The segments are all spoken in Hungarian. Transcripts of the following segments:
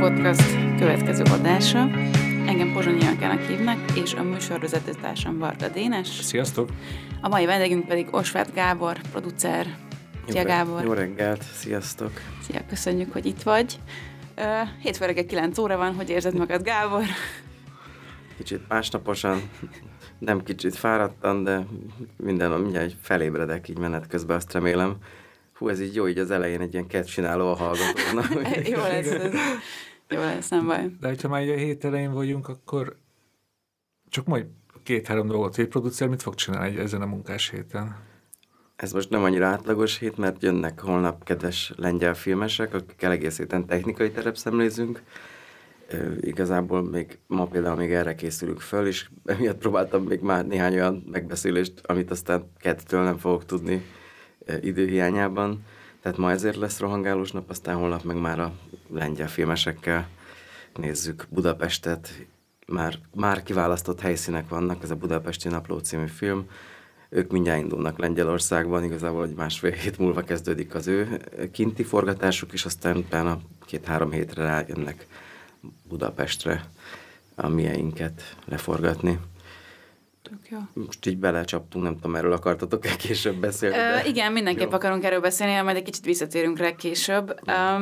Podcast következő adása. Engem Pozsonyi Jankának hívnak, és a műsorvezetőtársam Varga Dénes. Sziasztok! A mai vendégünk pedig Osváth Gábor, producer. Szia Gábor! Jó reggelt, sziasztok! Szia, köszönjük, hogy itt vagy. Hétfő reggel 9 óra van, hogy érzed magad, Gábor? Kicsit másnaposan, nem kicsit fáradtan, de minden mindjárt felébredek így menet közben, azt remélem. Hú, ez így jó, így az elején egy ilyen kedvcsináló a hallgatóknak. Jó lesz ez. Jó lesz, nem baj. De hogyha már a hét elején vagyunk, akkor csak majd 2-3 dolgot. Egy producer mit fog csinálni ezen a munkás héten? Ez most nem annyira átlagos hét, mert jönnek holnap kedves lengyel filmesek, akikkel egész héten technikai terepszemlézünk. Igazából még ma például még erre készülünk föl, és emiatt próbáltam még már néhány olyan megbeszélést, amit aztán kettőtől nem fogok tudni időhiányában. Tehát ma ezért lesz rohangálós nap, aztán holnap meg már a lengyel filmesekkel nézzük Budapestet. Már kiválasztott helyszínek vannak, ez a Budapesti Napló című film. Ők mindjárt indulnak Lengyelországban, igazából hogy másfél hét múlva kezdődik az ő kinti forgatásuk, és aztán utána 2-3 hétre rájönnek Budapestre a mieinket leforgatni. Jó. Most így belecsaptunk, nem tudom, erről akartatok-e később beszélni? Igen, mindenképp jó. Akarunk erről beszélni, majd egy kicsit visszatérünk rá később.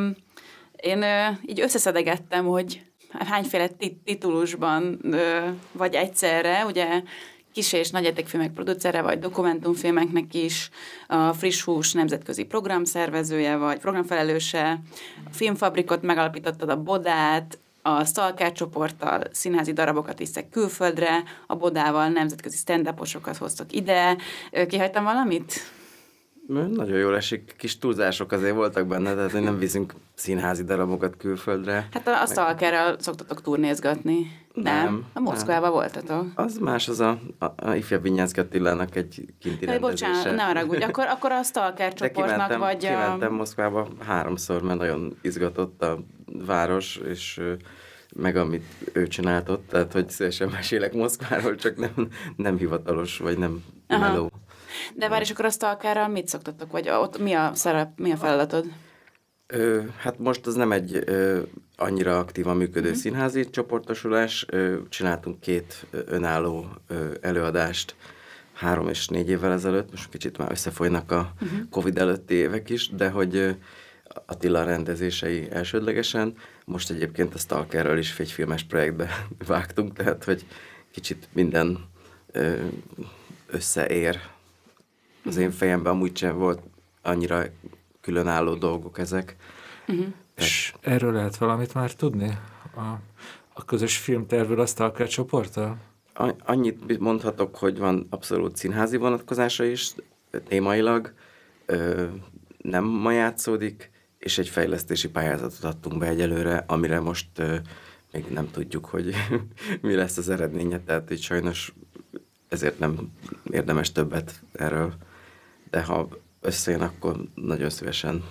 Én így összeszedegettem, hogy hányféle titulusban vagy egyszerre, ugye kis- és nagyjátékfilmek producere, vagy dokumentumfilmeknek is, a Friss Hús nemzetközi programszervezője, vagy programfelelőse, a Filmfabrikot megalapítottad, a Bodát, a Stalker csoporttal színházi darabokat viszek külföldre, a Bodával nemzetközi stand-uposokat hoztok ide. Kihagytam valamit? Nagyon jól esik, kis túlzások azért voltak benne, tehát hogy nem viszünk színházi darabokat külföldre. Hát a Stalkerrel szoktatok turnézgatni. Nem? A Moszkvában voltatok. Az más, az a ifjabb Vinyánszky Attilának egy kinti rendezése. Bocsánat, ne haragudj, akkor a Stalker csoportnak vagy kimentem Moszkvába 3-szor, mert nagyon izgatott a város, és meg amit ő csinált ott, tehát hogy szívesen mesélek Moszkváról, csak nem hivatalos, vagy nem meló. De várj, és akkor a Stalkerrel mit szoktatok? Vagy ott mi a szerep, mi a feladatod? Hát most az nem egy annyira aktívan működő színházi csoportosulás. Csináltunk 2 önálló előadást 3 és 4 évvel ezelőtt. Most kicsit már összefolynak a Covid előtti évek is, de hogy Attila rendezései elsődlegesen. Most egyébként a Stalkerről is egy filmes projektbe vágtunk, tehát hogy kicsit minden összeér. Az én fejemben amúgy sem volt annyira különálló dolgok ezek. És erről lehet valamit már tudni? A közös filmtervről a Stalker csoporttal? Annyit mondhatok, hogy van abszolút színházi vonatkozása is, témailag nem ma játszódik, és egy fejlesztési pályázatot adtunk be egyelőre, amire most még nem tudjuk, hogy mi lesz az eredménye, tehát így sajnos ezért nem érdemes többet erről, de ha összejön, akkor nagyon szívesen.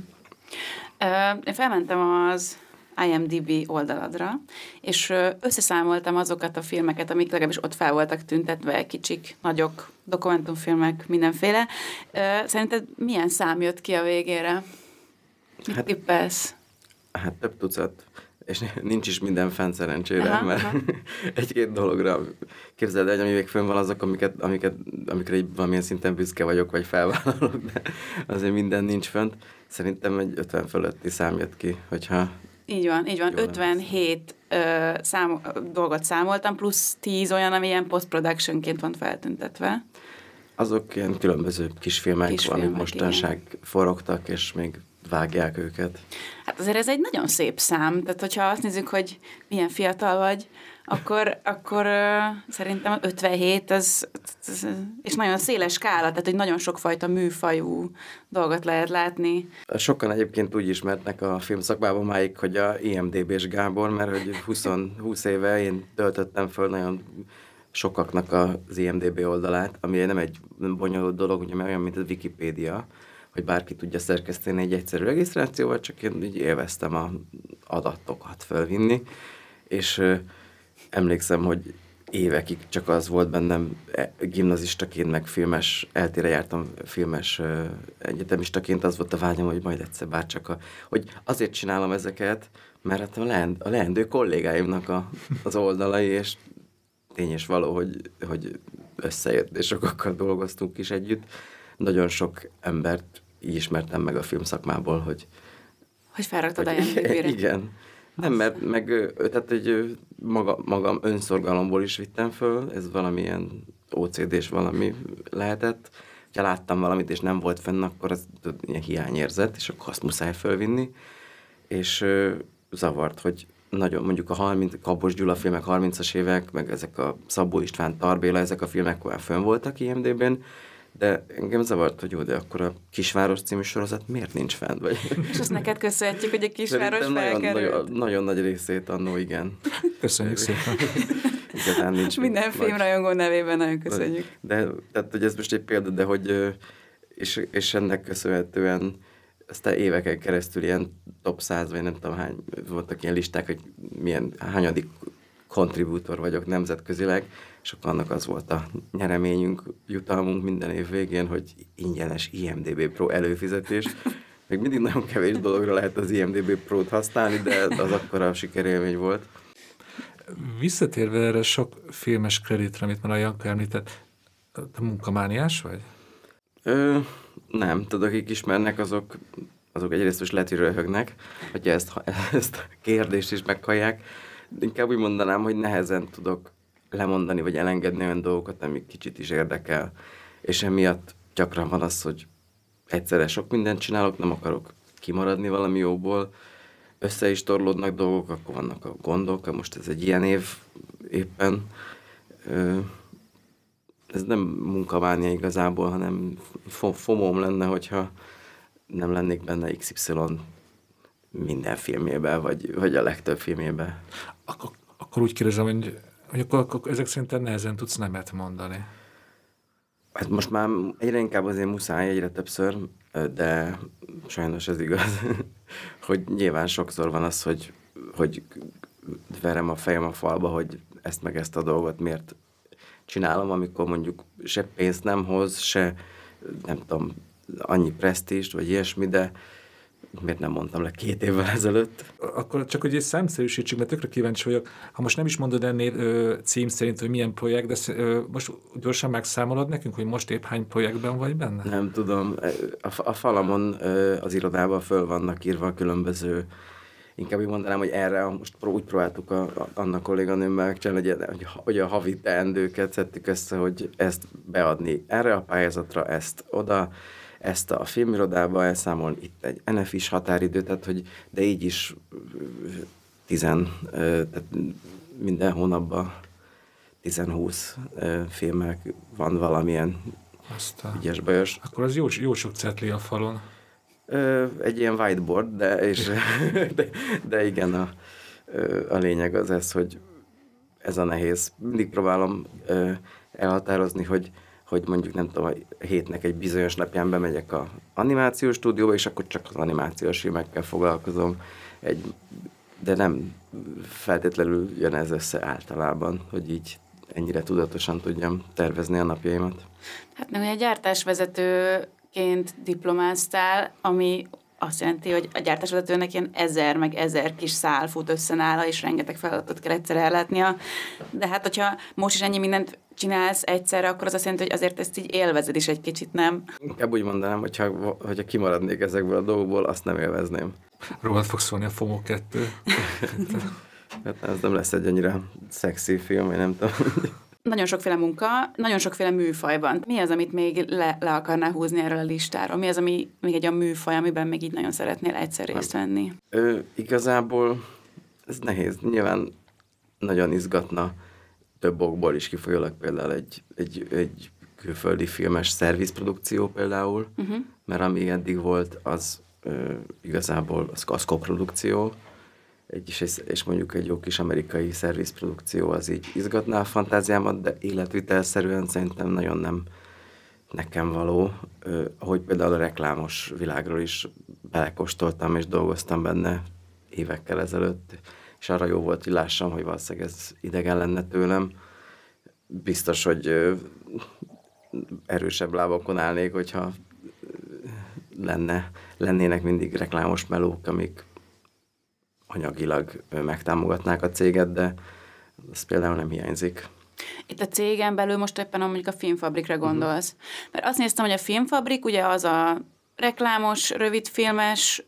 Én felmentem az IMDb oldaladra, és összeszámoltam azokat a filmeket, amik legalábbis ott fel voltak tüntetve, kicsik, nagyok, dokumentumfilmek, mindenféle. Szerinted milyen szám jött ki a végére? Mit tippelsz? Hát több tucat. És nincs is minden fent szerencsére, mert egy-két dologra képzeld el, hogy ami még fönn van azok, amikre így valamilyen szinten büszke vagyok, vagy felvállalok, de azért minden nincs fönt. Szerintem egy 50 fölötti szám jött ki, hogyha... Így van. 57 dolgot számoltam, plusz 10 olyan, ami ilyen post-productionként van feltüntetve. Azok ilyen különböző kisfilmek, amik mostanság forogtak, és még vágják őket. Hát azért ez egy nagyon szép szám, tehát hogyha azt nézzük, hogy milyen fiatal vagy, akkor szerintem 57, és nagyon széles skála, tehát hogy nagyon sokfajta műfajú dolgot lehet látni. Sokan egyébként úgy ismertnek a filmszakmában máig, hogy a IMDb-s Gábor, mert hogy 20 éve én töltöttem föl nagyon sokaknak az IMDb oldalát, ami nem egy bonyolult dolog, ugye olyan, mint a Wikipédia, hogy bárki tudja szerkeszteni egy egyszerű regisztrációval, csak én így élveztem az adatokat felvinni, és emlékszem, hogy évekig csak az volt bennem, gimnazistaként, meg eltére jártam filmes egyetemistaként, az volt a vágyam, hogy majd egyszer bárcsak hogy azért csinálom ezeket, mert hát a leendő kollégáimnak az oldalai, és tény és való, hogy összejött, és sokakkal dolgoztunk is együtt. Nagyon sok embert így ismertem meg a filmszakmából, hogy felraktad a IMDb-re. Igen. Nem, mert tehát egy magam önszorgalomból is vittem föl, ez valamilyen OCD-s valami lehetett. Ha láttam valamit, és nem volt fenn, akkor az ilyen hiányérzet, és akkor azt muszáj fölvinni. És zavart, hogy nagyon, mondjuk a Kabos Gyula filmek, 30-as évek, meg ezek a Szabó István, Tarbéla, ezek a filmek már fönn voltak IMDb-n, de engem zavart, hogy jó, de akkor a Kisváros című sorozat miért nincs fenn? Vagy... És azt neked köszönhetjük, hogy a Kisváros felkerült. Nagyon nagy részét annó, igen. Köszönjük szépen. Igazán nincs. Minden filmrajongó nevében nagyon köszönjük. De, tehát, hogy ez most egy példa, de hogy, és ennek köszönhetően aztán éveken keresztül ilyen top 100, vagy nem tudom hány, voltak ilyen listák, hogy hányadik kontribútor vagyok nemzetközileg, és akkor annak az volt a nyereményünk, jutalmunk minden év végén, hogy ingyenes IMDb Pro előfizetés. Még mindig nagyon kevés dologra lehet az IMDb Pro-t használni, de az akkora sikerélmény volt. Visszatérve erre sok filmes kreditre, amit már a Janka említett, te munkamániás vagy? Nem, tudod, akik ismernek, azok egyrészt most lehet, hogy röhögnek, hogyha ezt a kérdést is meghallják. Inkább úgy mondanám, hogy nehezen tudok lemondani, vagy elengedni olyan dolgokat, amik kicsit is érdekel. És emiatt gyakran van az, hogy egyszerre sok mindent csinálok, nem akarok kimaradni valami jóból, össze is torlódnak dolgok, akkor vannak a gondok, most ez egy ilyen év éppen. Ez nem munkamánia igazából, hanem fomóm lenne, hogyha nem lennék benne XY minden filmjében, vagy a legtöbb filmjében. Akkor úgy kérdezem, hogy akkor ezek szerint nehezen tudsz nemet mondani. Hát most már egyre inkább azért muszáj, egyre többször, de sajnos ez igaz, hogy nyilván sokszor van az, hogy verem a fejem a falba, hogy ezt meg ezt a dolgot miért csinálom, amikor mondjuk se pénzt nem hoz, se nem tudom, annyi presztízst, vagy ilyesmi, de miért nem mondtam le 2 évvel ezelőtt? Akkor csak, hogy egy számszerűsítsük, mert tökre kíváncsi vagyok. Ha most nem is mondod ennél cím szerint, hogy milyen projekt, de most gyorsan megszámolod nekünk, hogy most épp hány projektben vagy benne? Nem tudom. A falamon az irodában föl vannak írva a különböző, inkább úgy mondanám, hogy erre most úgy próbáltuk Anna kolléganőmmel megcsinálni, hogy a havi teendőket szedtük össze, hogy ezt beadni erre a pályázatra, ezt oda, ezt a filmirodába elszámolni, itt egy NFIS határidő, de így is tehát minden hónapban 10-20 filmek van valamilyen ügyes-bajos. Akkor az jó sok cetli a falon. Egy ilyen whiteboard, de igen, a lényeg az ez, hogy ez a nehéz. Mindig próbálom elhatározni, hogy mondjuk nem tudom, a hétnek egy bizonyos napján bemegyek az animációs stúdióba, és akkor csak az animációs filmekkel foglalkozom. De nem feltétlenül jön ez össze általában, hogy így ennyire tudatosan tudjam tervezni a napjaimat. Hát meg ugye gyártásvezetőként diplomáztál, ami azt jelenti, hogy a gyártásvezetőnek ilyen 1000 kis szál fut össze nála, és rengeteg feladatot kell egyszerre ellátnia. De hát, hogyha most is ennyi mindent csinálsz egyszerre, akkor az azt jelenti, hogy azért ezt így élvezed is egy kicsit, nem? Inkább úgy mondanám, hogyha kimaradnék ezekből a dolgokból, azt nem élvezném. Rólad fog szólni a FOMO 2. Hát ez nem lesz egy annyira szexi film, vagy nem tudom. Nagyon sokféle munka, nagyon sokféle műfaj van. Mi az, amit még le akarnál húzni erről a listáról? Mi az, ami még egy olyan műfaj, amiben még így nagyon szeretnél egyszer részt venni? Igazából ez nehéz. Nyilván nagyon izgatna több okból is kifolyólag, például egy külföldi filmes szervizprodukció például, mert ami eddig volt, az igazából az koprodukció, és mondjuk egy jó kis amerikai szervizprodukció az így izgatná a fantáziámat, de életvitelszerűen szerintem nagyon nem nekem való. Ahogy például a reklámos világról is belekóstoltam és dolgoztam benne évekkel ezelőtt, és arra jó volt, hogy lássam, hogy valószínűleg ez idegen lenne tőlem, biztos, hogy erősebb lábakon állnék, hogyha lennének mindig reklámos melók, amik anyagilag megtámogatnák a céget, de ez például nem hiányzik. Itt a cégen belül most éppen mondjuk a Filmfabrikra gondolsz. Mert azt néztem, hogy a Filmfabrik ugye az a reklámos, rövidfilmes,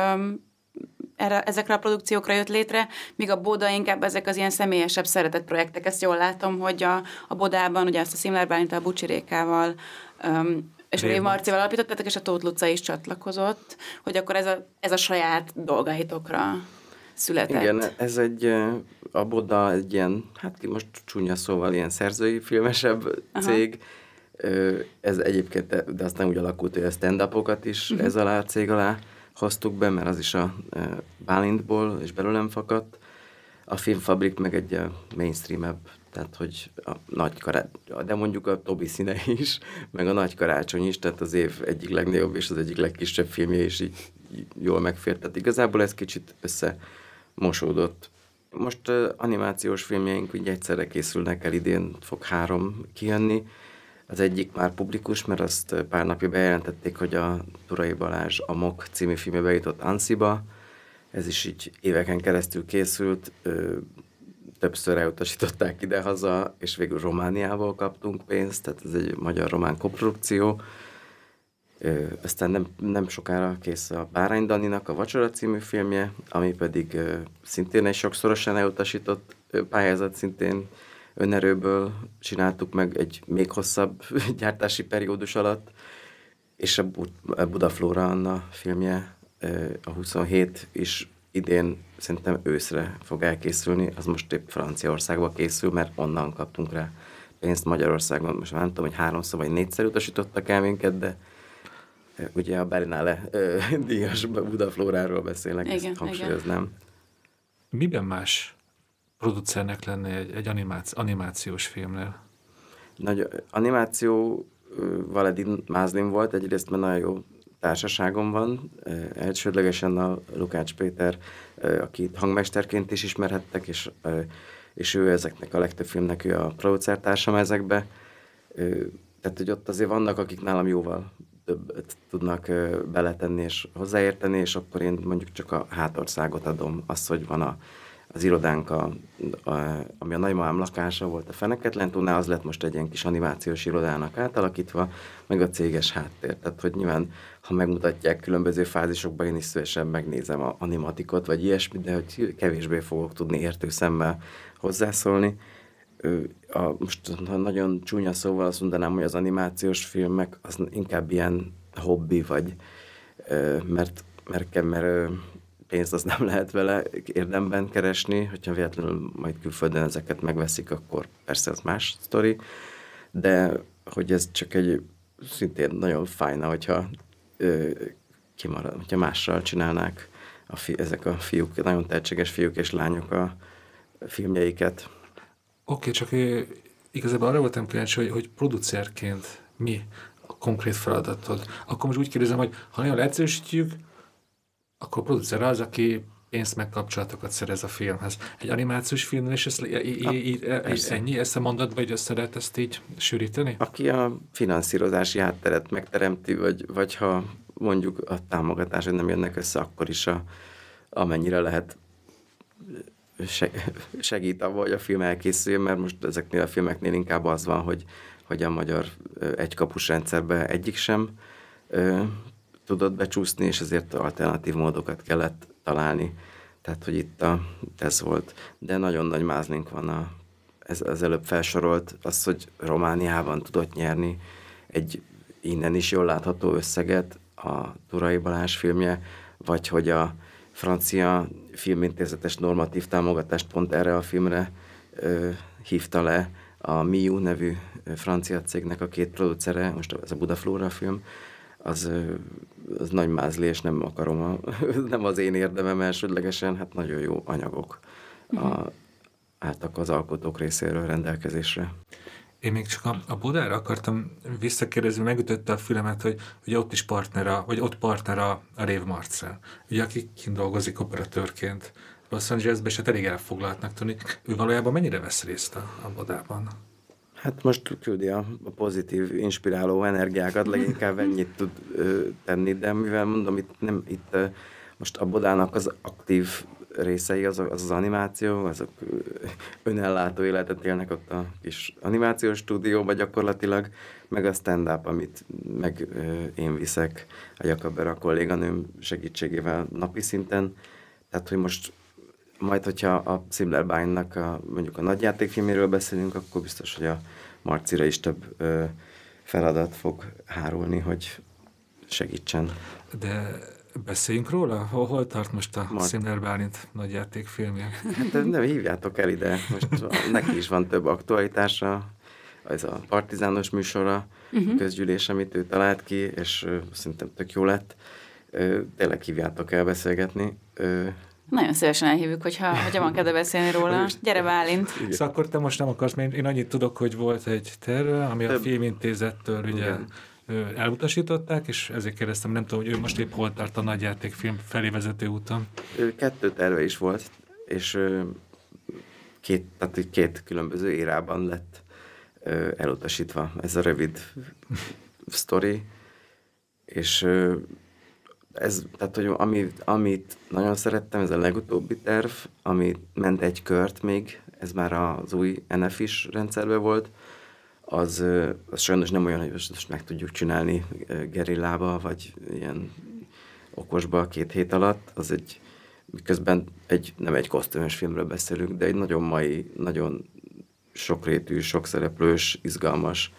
ezekre a produkciókra jött létre, míg a Boda inkább ezek az ilyen személyesebb szeretett projektek. Ezt jól látom, hogy a Bodában ugye ezt a Szimlár Bálinttal, Bucsi Rékával és a Rév Marcival alapítottátok, és a Tóth Luca is csatlakozott, hogy akkor ez a saját dolgaitokra született. Igen, ez a Boda egy ilyen, hát most csúnya szóval ilyen szerzői filmesebb cég. Ez egyébként, de aztán úgy alakult, hogy a stand-upokat is ez alá a cég alá hoztuk be, mert az is a Bálintból és belőlem fakadt. A Filmfabrik meg egy mainstreamebb, tehát hogy de mondjuk a Tobi Színe is, meg a Nagy Karácsony is, tehát az év egyik legnagyobb és az egyik legkisebb filmje is így jól megfért. Tehát igazából ez kicsit összemosódott. Most animációs filmjeink ugye egyszerre készülnek el, idén fog 3 kijönni. Az egyik már publikus, mert azt pár napja bejelentették, hogy a Turai Balázs Amok című filmje bejutott ANSZI-ba. Ez is így éveken keresztül készült, többször elutasították idehaza, és végül Romániából kaptunk pénzt, tehát ez egy magyar-román koprodukció. Aztán nem sokára kész a Bárány Daninak a Vacsora című filmje, ami pedig szintén egy sokszorosan elutasított pályázat, szintén önerőből csináltuk meg egy még hosszabb gyártási periódus alatt, és a Budaflóra Anna filmje, a 27 is idén szerintem őszre fog elkészülni, az most épp Franciaországba készül, mert onnan kaptunk rá pénzt. Magyarországon. Most már nem tudom, hogy 3-szor vagy 4-szer utasítottak el minket, de ugye a Berlinale díjas Budaflóráról beszélek, igen, ezt hangsúlyoznám. Miben más producernek lenne egy animációs filmnél? Nagy animációval Edin Mázlin volt, egyrészt mert nagyon jó társaságom van, elsődlegesen a Lukács Péter, akit hangmesterként is ismerhettek, és ő ezeknek a legtöbb filmnek ő a producertársam ezekbe. Tehát, hogy ott azért vannak, akik nálam jóval többet tudnak beletenni és hozzáérteni, és akkor én mondjuk csak a hátországot adom, azt, hogy van az irodánk, ami a nagymamám lakása volt a Feneketlentónál, az lett most egy ilyen kis animációs irodának átalakítva, meg a céges háttér. Tehát, hogy nyilván, ha megmutatják különböző fázisokban, én is szívesen megnézem a animatikot, vagy ilyesmit, de hogy kevésbé fogok tudni értő szemmel hozzászólni. Most nagyon csúnya szóval azt mondanám, hogy az animációs filmek az inkább ilyen hobbi, vagy mert pénzt az nem lehet vele érdemben keresni, hogyha véletlenül majd külföldön ezeket megveszik, akkor persze ez más sztori, de hogy ez csak egy szintén nagyon fájna, hogyha kimarad, hogyha mással csinálnák ezek a fiúk, nagyon tehetséges fiúk és lányok a filmjeiket. Oké, csak igazából arra voltam kíváncsi, hogy producerként mi a konkrét feladatod. Akkor most úgy kérdezem, hogy ha nagyon leegyszerűsítjük, akkor a producer az, aki pénzt meg kapcsolatokat szerez a filmhez. Egy animációs filmnél is ennyi, ezt a mondatban, hogy össze lehet ezt így sűríteni? Aki a finanszírozási hátteret megteremti, vagy ha mondjuk a támogatások nem jönnek össze, akkor is amennyire lehet segít abban, hogy a film elkészüljön, mert most ezeknél a filmeknél inkább az van, hogy a magyar egykapus rendszerbe egyik sem tudott becsúszni, és ezért alternatív módokat kellett találni. Tehát, hogy itt ez volt. De nagyon nagy mázlink van az előbb felsorolt, az, hogy Romániában tudott nyerni egy innen is jól látható összeget a Turai Balázs filmje, vagy hogy a francia filmintézetes normatív támogatást pont erre a filmre hívta le a Miu nevű francia cégnek a 2 producere, most ez a Budaflóra film, az nagy mázli, és nem akarom, nem az én érdemem elsődlegesen, hát nagyon jó anyagok álltak az alkotók részéről rendelkezésre. Én még csak a Budára akartam visszakérdezni, megütötte a fülemet, hogy ott is partner a Rév Marcel, ugye, aki kint dolgozik operatőrként Los Angelesben, és hát elég elfoglaltnak tűnik. Ő valójában mennyire vesz részt a Budában? Hát most küldi a pozitív, inspiráló energiákat, leginkább ennyit tud tenni, de mivel mondom, itt most a Bodának az aktív részei, az animáció, azok önellátó életet élnek ott a kis animációs stúdióban gyakorlatilag, meg a stand-up, amit meg én viszek a Jakaber, a kolléganőm segítségével napi szinten. Tehát, hogy most majd, hogyha a Zimmerbein-nak mondjuk a nagyjátékfilméről beszélünk, akkor biztos, hogy a Marcira is több feladat fog hárulni, hogy segítsen. De beszéljünk róla? Hol tart most a Szimler Bálint nagyjátékfilmje? Hát nem hívjátok el ide. Most neki is van több aktualitása. Ez a partizános műsora, a közgyűlés, amit ő talált ki, és szerintem tök jó lett. Tényleg hívjátok el beszélgetni. Nagyon szívesen elhívjuk, hogyha van kedve beszélni róla. Gyere, Bálint! Szóval akkor te most nem akarsz, mert én annyit tudok, hogy volt egy terve, ami a Filmintézettől ugye elutasították, és ezért kérdeztem, nem tudom, hogy ő most épp hol tart a nagyjátékfilm felé vezető úton. 2 terve is volt, és két különböző érában lett elutasítva ez a rövid sztori, és tehát, hogy amit nagyon szerettem, ez a legutóbbi terv, ami ment egy kört még, ez már az új NF-is rendszerben volt, az sajnos nem olyan, hogy most meg tudjuk csinálni gerillába, vagy ilyen okosba 2 hét alatt, az miközben nem egy kosztümös filmről beszélünk, de egy nagyon mai, nagyon sokrétű, sokszereplős, izgalmas,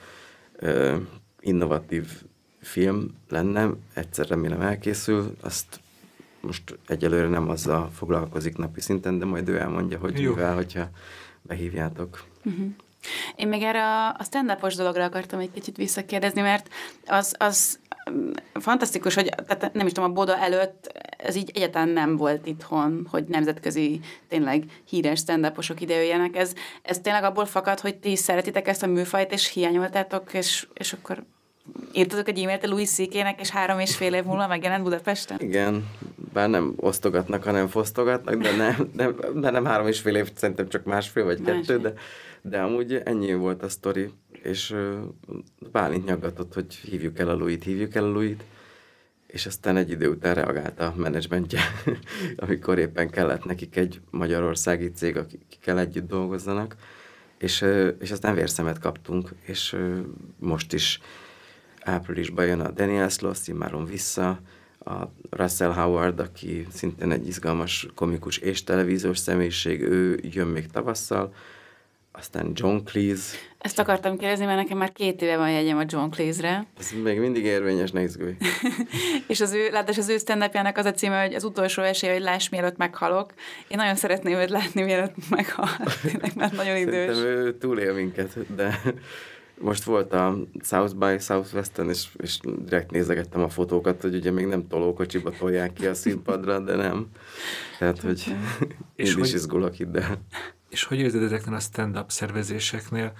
innovatív film lenne, egyszer remélem elkészül, azt most egyelőre nem azzal foglalkozik napi szinten, de majd ő elmondja, hogy mivel, hogyha behívjátok. Én még erre a stand-upos dologra akartam egy kicsit visszakérdezni, mert az fantasztikus, hogy tehát nem is tudom, a Boda előtt ez így egyáltalán nem volt itthon, hogy nemzetközi, tényleg híres stand-uposok idejöjjenek. Ez tényleg abból fakad, hogy ti szeretitek ezt a műfajt, és hiányoltátok, és akkor írtatok egy e-mailt a Louis C.K.-nek, és 3,5 év múlva megjelent Budapesten? Igen, bár nem osztogatnak, hanem fosztogatnak, de nem 3,5 év, szerintem csak 1,5 vagy 2, de amúgy ennyi volt a sztori, és Bálint nyaggatott, hogy hívjuk el a Louis-t, és aztán egy idő után reagált a menedzsmentje, amikor éppen kellett nekik egy magyarországi cég, akikkel együtt dolgozzanak, és aztán vérszemet kaptunk, és most is áprilisban jön a Daniel Sloss, immáron vissza, a Russell Howard, aki szintén egy izgalmas komikus és televíziós személyiség, ő jön még tavasszal, aztán John Cleese. Ezt akartam kérdezni, mert nekem már 2 éve van jegyem a John Cleese-re. Ez még mindig érvényes, ne izgulj. És az ő stand-upjának az a címe, hogy az utolsó esély, hogy láss, mielőtt meghalok. Én nagyon szeretném őt látni, mielőtt meghal. Tényleg, mert nagyon idős. Szerintem ő túlél minket, de most volt a South by Southwest-en, és direkt nézegettem a fotókat, hogy ugye még nem tolókocsiba tolják ki a színpadra, de nem. Tehát, hogy én is izgulok itt, de... És hogy érzed ezeknél a stand-up szervezéseknél?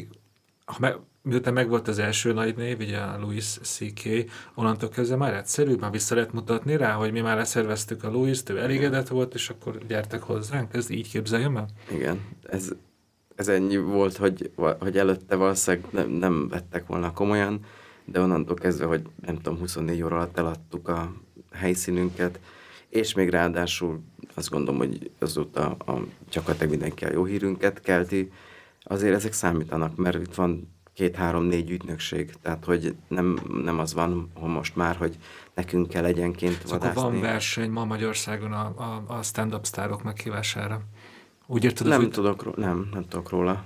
Miután megvolt az első nagy név, ugye a Louis C.K., onnantól kezdve már egyszerűbb, már vissza lehet mutatni rá, hogy mi már leszerveztük a Louis-t, ő elégedett volt, és akkor gyertek hozzánk, ez így képzeljem el? Igen, ez ennyi volt, hogy előtte valószínűleg nem vettek volna komolyan, de onnantól kezdve, hogy nem tudom, 24 óra alatt eladtuk a helyszínünket, és még ráadásul azt gondolom, hogy azóta gyakorlatilag mindenki a jó hírünket kelti, azért ezek számítanak, mert itt van 2-3-4 ügynökség, tehát hogy nem az van, hogy most már, hogy nekünk kell egyenként vadászni. Akkor van verseny ma Magyarországon a stand-up sztárok meghívására. Úgy érted? Nem tudok róla.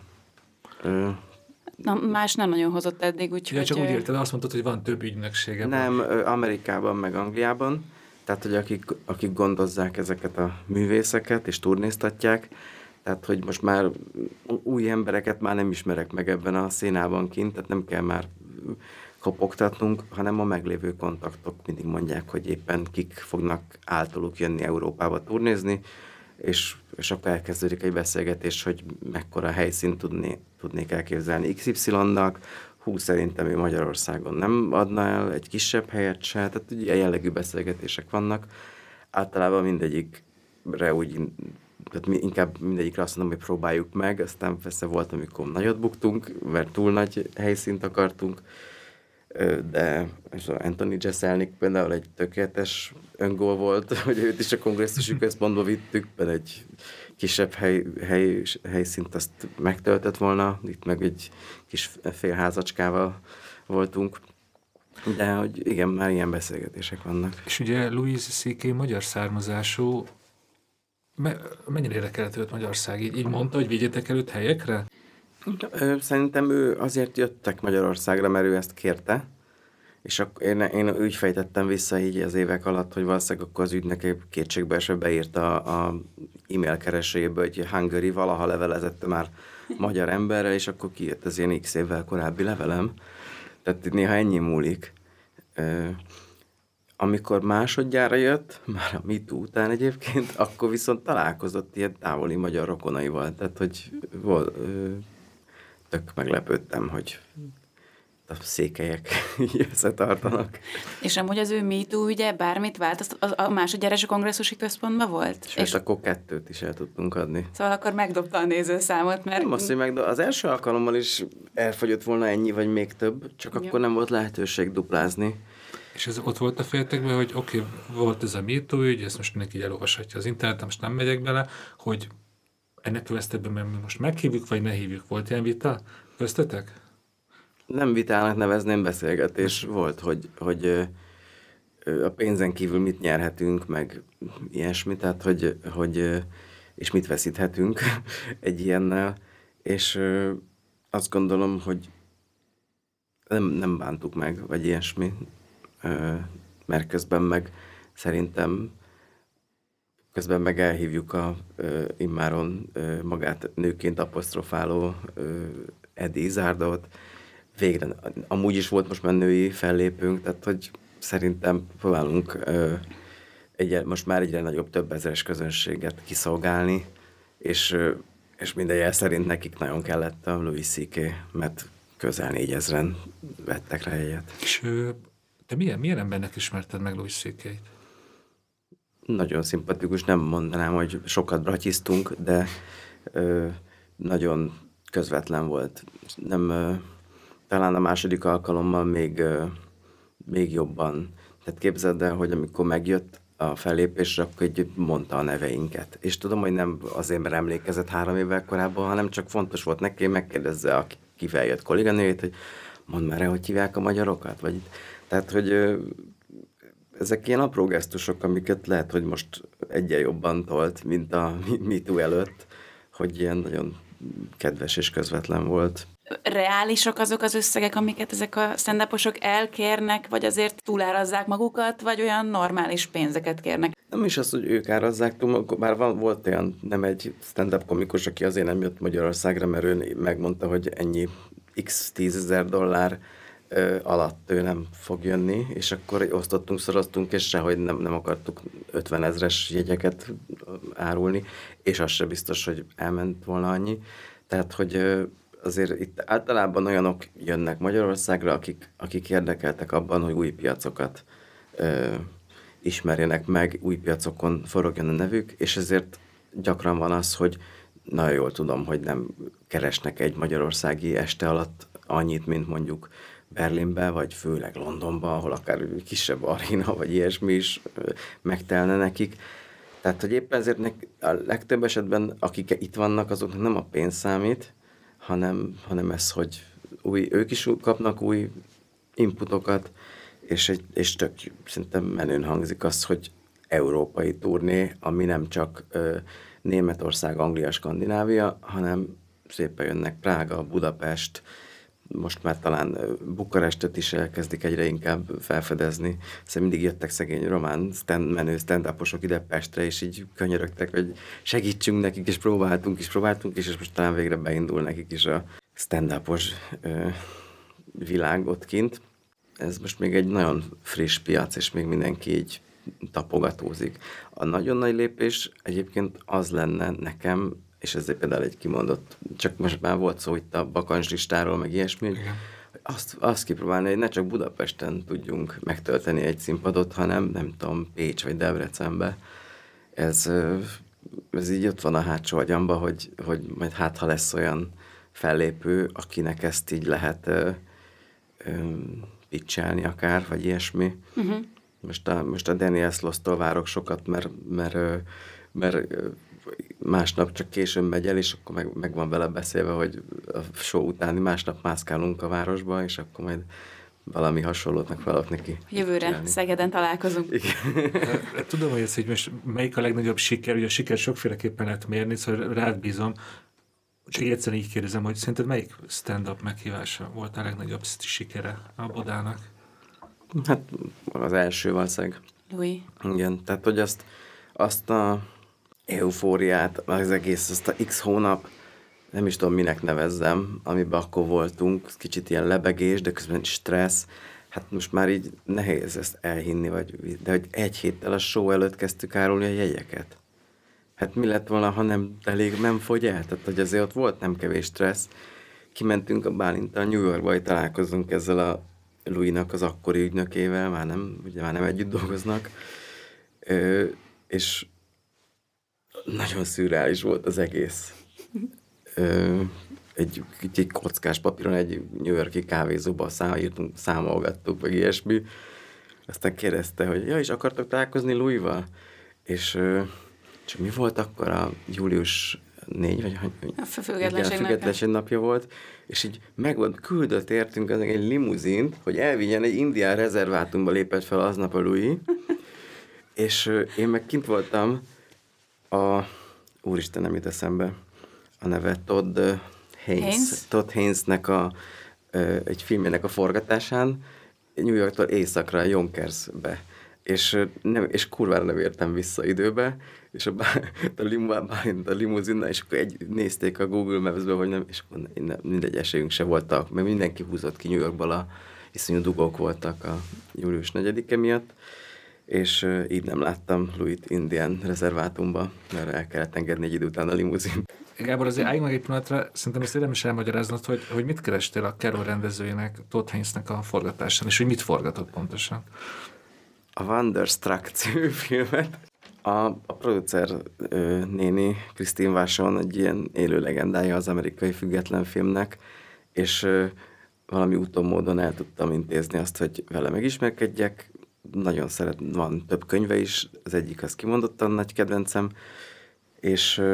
Na, más nem nagyon hozott eddig, úgyhogy... Ja, csak úgy érted, azt mondtad, hogy van több ügynöksége. Nem, Amerikában meg Angliában, tehát hogy akik gondozzák ezeket a művészeket és turnéztatják, tehát hogy most már új embereket már nem ismerek meg ebben a szénában kint, tehát nem kell már kopogtatnunk, hanem a meglévő kontaktok mindig mondják, hogy éppen kik fognak általuk jönni Európába turnézni, és akkor elkezdődik egy beszélgetés, hogy mekkora helyszínt tudnék elképzelni XY-nak, szerintem ő Magyarországon nem adna el egy kisebb helyet se, tehát ilyen jellegű beszélgetések vannak. Általában mindegyikre úgy tehát inkább mindegyikre azt mondom, hogy próbáljuk meg, aztán persze volt, amikor nagyot buktunk, mert túl nagy helyszínt akartunk, de és Anthony Jeselnik például egy tökéletes öngól volt, hogy őt is a kongresszusi központba vittük, mert egy kisebb helyszínt azt megtöltött volna, itt meg egy kis félházacskával voltunk. De hogy igen, már ilyen beszélgetések vannak. És ugye Louis C.K. magyar származású, mennyire érdekelt őt Magyarország? Így mondta, hogy vigyetek előtt helyekre? Szerintem ő azért jöttek Magyarországra, mert ő ezt kérte, és akkor én úgy fejtettem vissza így az évek alatt, hogy valószínűleg akkor az ügynök kétségbeesve beírta a e-mail keresőjébe, hogy Hungary valaha levelezette már magyar emberrel, és akkor kijött az ilyen x évvel korábbi levelem. Tehát itt néha ennyi múlik. Amikor másodjára jött, már a MeToo után egyébként, akkor viszont találkozott ilyen távoli magyar rokonaival. Tehát, hogy tök meglepődtem, hogy a székelyek összetartanak. És amúgy az ő MeToo ügye bármit változtat? A másodjára is a kongresszusi központban volt? És akkor 2 is el tudtunk adni. Szóval akkor megdobta a nézőszámot, mert... Nem azt, hogy az első alkalommal is elfogyott volna ennyi, vagy még több, csak akkor nem volt lehetőség duplázni. És ez ott volt a fejetekben, hogy oké, volt ez a MeToo ügy, ezt most mindenki elolvashatja az interneten, most nem megyek bele, hogy ennek következtében mert mi most meghívjuk, vagy ne hívjuk. Volt ilyen vita köztetek? Nem vitának nevezném, beszélgetés volt, hogy a pénzen kívül mit nyerhetünk, meg ilyesmi, tehát hogy és mit veszíthetünk egy ilyennel, és azt gondolom, hogy nem bántuk meg, vagy ilyesmi, mert közben meg szerintem meg elhívjuk a immáron magát nőként apostrofáló Eddie Izárdot. Végre, amúgy is volt most már női fellépünk, tehát hogy szerintem próbálunk most már egyre nagyobb, több ezeres közönséget kiszolgálni, és minden jel szerint nekik nagyon kellett a Louis C.K., mert közel 4000-en vettek rá egyet. És te milyen embernek ismerted meg Louis C.K.-t? Nagyon szimpatikus, nem mondanám, hogy sokat bratyiztunk, de nagyon közvetlen volt. Talán a második alkalommal még jobban. Tehát képzeld el, hogy amikor megjött a fellépésre, akkor így mondta a neveinket. És tudom, hogy nem azért, mert emlékezett 3 évvel korábban, hanem csak fontos volt neki, megkérdezze a kivel jött kolléganőjét, hogy mondd már el, hogy hívják a magyarokat. Tehát, hogy ezek ilyen apró gesztusok, amiket lehet, hogy most egyen jobban tolt, mint a MeToo előtt, hogy ilyen nagyon kedves és közvetlen volt. Reálisak azok az összegek, amiket ezek a stand-uposok elkérnek, vagy azért túlárazzák magukat, vagy olyan normális pénzeket kérnek? Nem is az, hogy ők árazzák túl, bár volt olyan, nem egy stand-up komikus, aki azért nem jött Magyarországra, mert ő megmondta, hogy ennyi x $10,000 alatt ő nem fog jönni, és akkor osztottunk, szoroztunk, és sehogy nem akartuk 50 000 jegyeket árulni, és az se biztos, hogy elment volna annyi. Tehát, hogy azért itt általában olyanok jönnek Magyarországra, akik érdekeltek abban, hogy új piacokat ismerjenek meg, új piacokon forogjon a nevük, és ezért gyakran van az, hogy nagyon jól tudom, hogy nem keresnek egy magyarországi este alatt annyit, mint mondjuk Berlinbe, vagy főleg Londonba, ahol akár kisebb aréna, vagy ilyesmi is megtelne nekik. Tehát, hogy éppen ezért a legtöbb esetben, akik itt vannak, azoknak nem a pénz számít, hanem ez, hogy ők is kapnak új inputokat, és tök szerintem menőn hangzik az, hogy európai turné, ami nem csak Németország, Anglia, Skandinávia, hanem szépen jönnek Prága, Budapest, most már talán Bukarestet is elkezdik egyre inkább felfedezni. Szóval mindig jöttek szegény román menő stand-uposok ide Pestre, és így könyörögtek, hogy segítsünk nekik, és próbáltunk, és most talán végre beindul nekik is a stand-upos világ ott kint. Ez most még egy nagyon friss piac, és még mindenki így tapogatózik. A nagyon nagy lépés egyébként az lenne nekem, és ez például egy kimondott, csak most már volt szó itt a bakancslistáról, meg ilyesmi, hogy azt kipróbálni, hogy ne csak Budapesten tudjunk megtölteni egy színpadot, hanem nem tudom, Pécs vagy Debrecenbe. Ez ez így ott van a hátsó agyamba, hogy majd hát, ha lesz olyan fellépő, akinek ezt így lehet pitchelni akár, vagy ilyesmi. Most a Daniel Sloss-tól várok sokat, mert másnap csak későn megy el, és akkor meg van vele beszélve, hogy a show utáni másnap mászkálunk a városba, és akkor majd valami hasonlót megpróbálok neki. Jövőre csinálni. Szegeden találkozunk. Igen. Tudom, hogy ez, hogy most melyik a legnagyobb siker, ugye a siker sokféleképpen lehet mérni, szóval rád bízom. Csak egyszerűen így kérdezem, hogy szerinted melyik stand-up meghívása volt a legnagyobb sikere a Bodának? Hát az első valószínűleg. Louis. Igen, tehát hogy azt a eufóriát, az egész, azt a X hónap, nem is tudom, minek nevezzem, amiben akkor voltunk, kicsit ilyen lebegés, de közben stressz. Hát most már így nehéz ezt elhinni, de hogy egy héttel a show előtt kezdtük árulni a jegyeket. Hát mi lett volna, ha nem fogy el? Tehát, hogy azért ott volt nem kevés stressz. Kimentünk a Bálinttal New Yorkba, hogy találkozunk ezzel a Louis-nak az akkori ügynökével, már nem együtt dolgoznak. És nagyon szürreális volt az egész. Egy kockás papíron egy New York-i kávézóban számolgattuk, vagy ilyesmi. Aztán kérdezte, hogy és akartok találkozni Louis-val? És csak mi volt akkor a július 4, vagy a függetlenség napja volt, és így küldött értünk egy limuzint, hogy elvigyen egy indián rezervátumba lépett fel aznap a Louis, és én meg kint voltam úristen, nem jut eszembe a neve, Todd Haynes-nek egy filmjének a forgatásán, New Yorktól északra, Jonkersbe. És kurvára nem értem vissza időbe, és a limuzinnal, és akkor nézték a Google Maps-be, hogy nem, és akkor mindegy esélyünk se voltak, mert mindenki húzott ki New Yorkból, iszonyú dugók voltak a július 4-e miatt, és így nem láttam Louis-t indián rezervátumba, mert el kellett engedni egy idő után a limuzint. Gábor, azért álljunk meg egy pillanatra, szerintem ezt érdemes elmagyaráznod, hogy mit kerestél a Carol rendezőjének, Todd Haynes-nek a forgatásán, és hogy mit forgatott pontosan? A Wonderstruck című filmet. A producer néni, Christine Vachon, egy ilyen élő legendája az amerikai független filmnek, és valami úton módon el tudtam intézni azt, hogy vele megismerkedjek. Nagyon van több könyve is, az egyik az kimondottan nagy kedvencem, és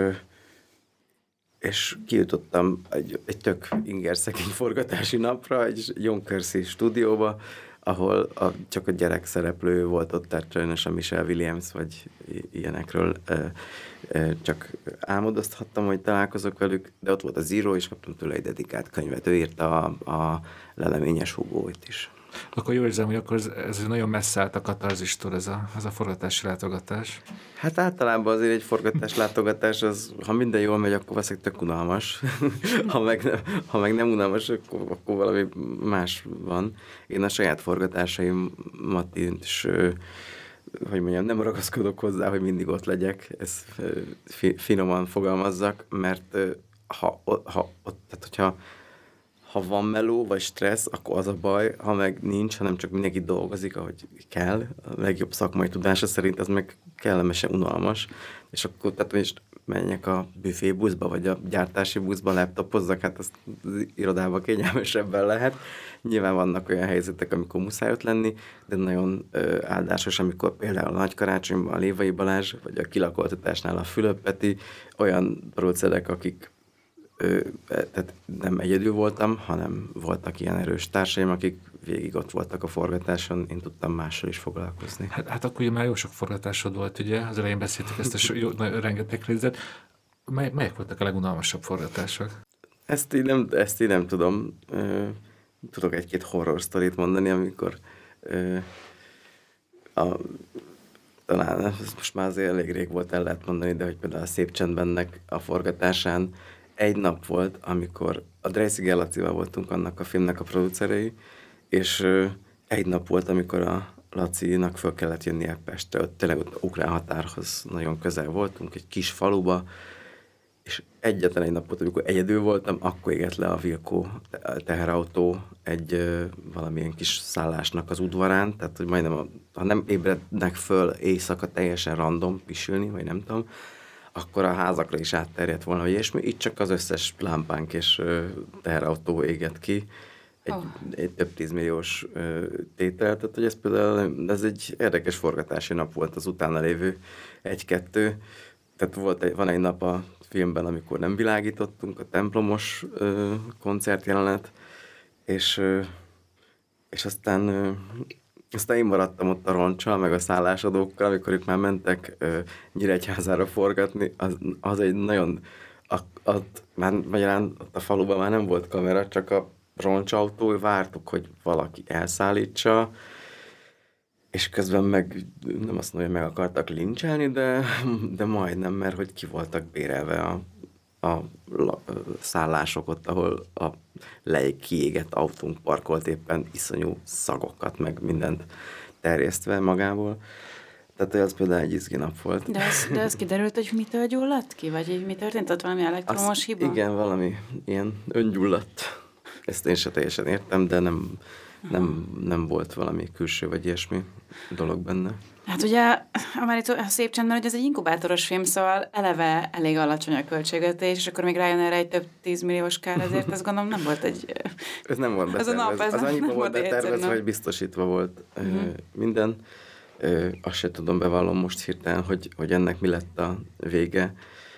kijutottam egy tök ingerszegény forgatási napra, egy Jonkersi stúdióba, ahol csak a gyerek szereplő volt ott, tehát sajnos a Michelle Williams, vagy ilyenekről csak álmodozhattam, hogy találkozok velük, de ott volt a Zero, és kaptam tőle egy dedikált könyvet. Ő írta a Leleményes Hugóit is. Akkor jól érzem, hogy akkor ez nagyon messze állt a katarzistól ez a forgatási látogatás. Hát általában azért egy forgatás látogatás, ha minden jól megy, akkor valószínűleg tök unalmas. ha meg nem unalmas, akkor valami más van. Én a saját forgatásaimat is, hogy mondjam, nem ragaszkodok hozzá, hogy mindig ott legyek. Ezt finoman fogalmazzak, mert ha van meló vagy stressz, akkor az a baj, ha meg nincs, hanem csak mindenki dolgozik, ahogy kell. A legjobb szakmai tudása szerint az meg kellemesen unalmas. És akkor tehát most menjek a büfébuszba, vagy a gyártási buszba, laptopozzak, hát azt az irodában kényelmesebben lehet. Nyilván vannak olyan helyzetek, amikor muszáj ott lenni, de nagyon áldásos, amikor például a Nagykarácsonyban a Lévai Balázs, vagy a kilakoltatásnál a Fülöp Peti, olyan producerek, akik tehát nem egyedül voltam, hanem voltak ilyen erős társaim, akik végig ott voltak a forgatáson, én tudtam mással is foglalkozni. Hát akkor ugye már jó sok forgatásod volt, ugye? Az elején beszéltük ezt a rengeteg részlet. Melyek voltak a legunalmasabb forgatások? Ezt így nem tudom. Tudok egy-két horror sztorit mondani, amikor talán most már azért elég rég volt, el lehet mondani, de hogy például a Szép Csendbennek a forgatásán egy nap volt, amikor a Dreisig Lacival voltunk annak a filmnek a producerei, és egy nap volt, amikor a Lacinak föl kellett jönnie Pestre, ott tényleg ott ukrán határhoz nagyon közel voltunk, egy kis faluba, és egyetlen egy nap volt, amikor egyedül voltam, akkor égett le a Vilkó teherautó egy valamilyen kis szállásnak az udvarán, tehát hogy majdnem, ha nem ébrednek föl éjszaka teljesen random pisülni, vagy nem tudom, akkor a házakra is átterjedt volna, vagy ilyesmi. Itt csak az összes lámpánk és teherautó égett ki. Egy több 10 milliós tétel, tehát hogy ez egy érdekes forgatási nap volt az utána lévő 1-2. Tehát van egy nap a filmben, amikor nem világítottunk, a templomos koncertjelenet, és aztán én maradtam ott a Roncsal, meg a szállásadókkal, amikor ők már mentek Nyíregyházára forgatni, az egy nagyon, már magyarán ott a faluban már nem volt kamera, csak a roncsautó, vártuk, hogy valaki elszállítsa, és közben meg nem azt mondja, hogy meg akartak lincselni, de majdnem, mert hogy ki voltak bérelve a szállások ott, ahol a kiégett autónk parkolt éppen iszonyú szagokat, meg mindent terjesztve magából. Tehát az például egy izgi nap volt. De az kiderült, hogy mitől gyulladt ki? Vagy mi történt? Ott valami elektromos hiba? Igen, valami ilyen öngyulladt. Ezt én se teljesen értem, de nem volt valami külső vagy ilyesmi dolog benne. Hát ugye, már itt a szép csendben, hogy ez egy inkubátoros film, szóval eleve elég alacsony a költségvetés, és akkor még rájön erre egy több 10 milliós kár, ezért azt gondolom nem volt egy... Ez nem volt betervezve. Az annyiba volt betervezve, hogy biztosítva volt minden. Azt se tudom, bevallom most hirtelen, hogy ennek mi lett a vége.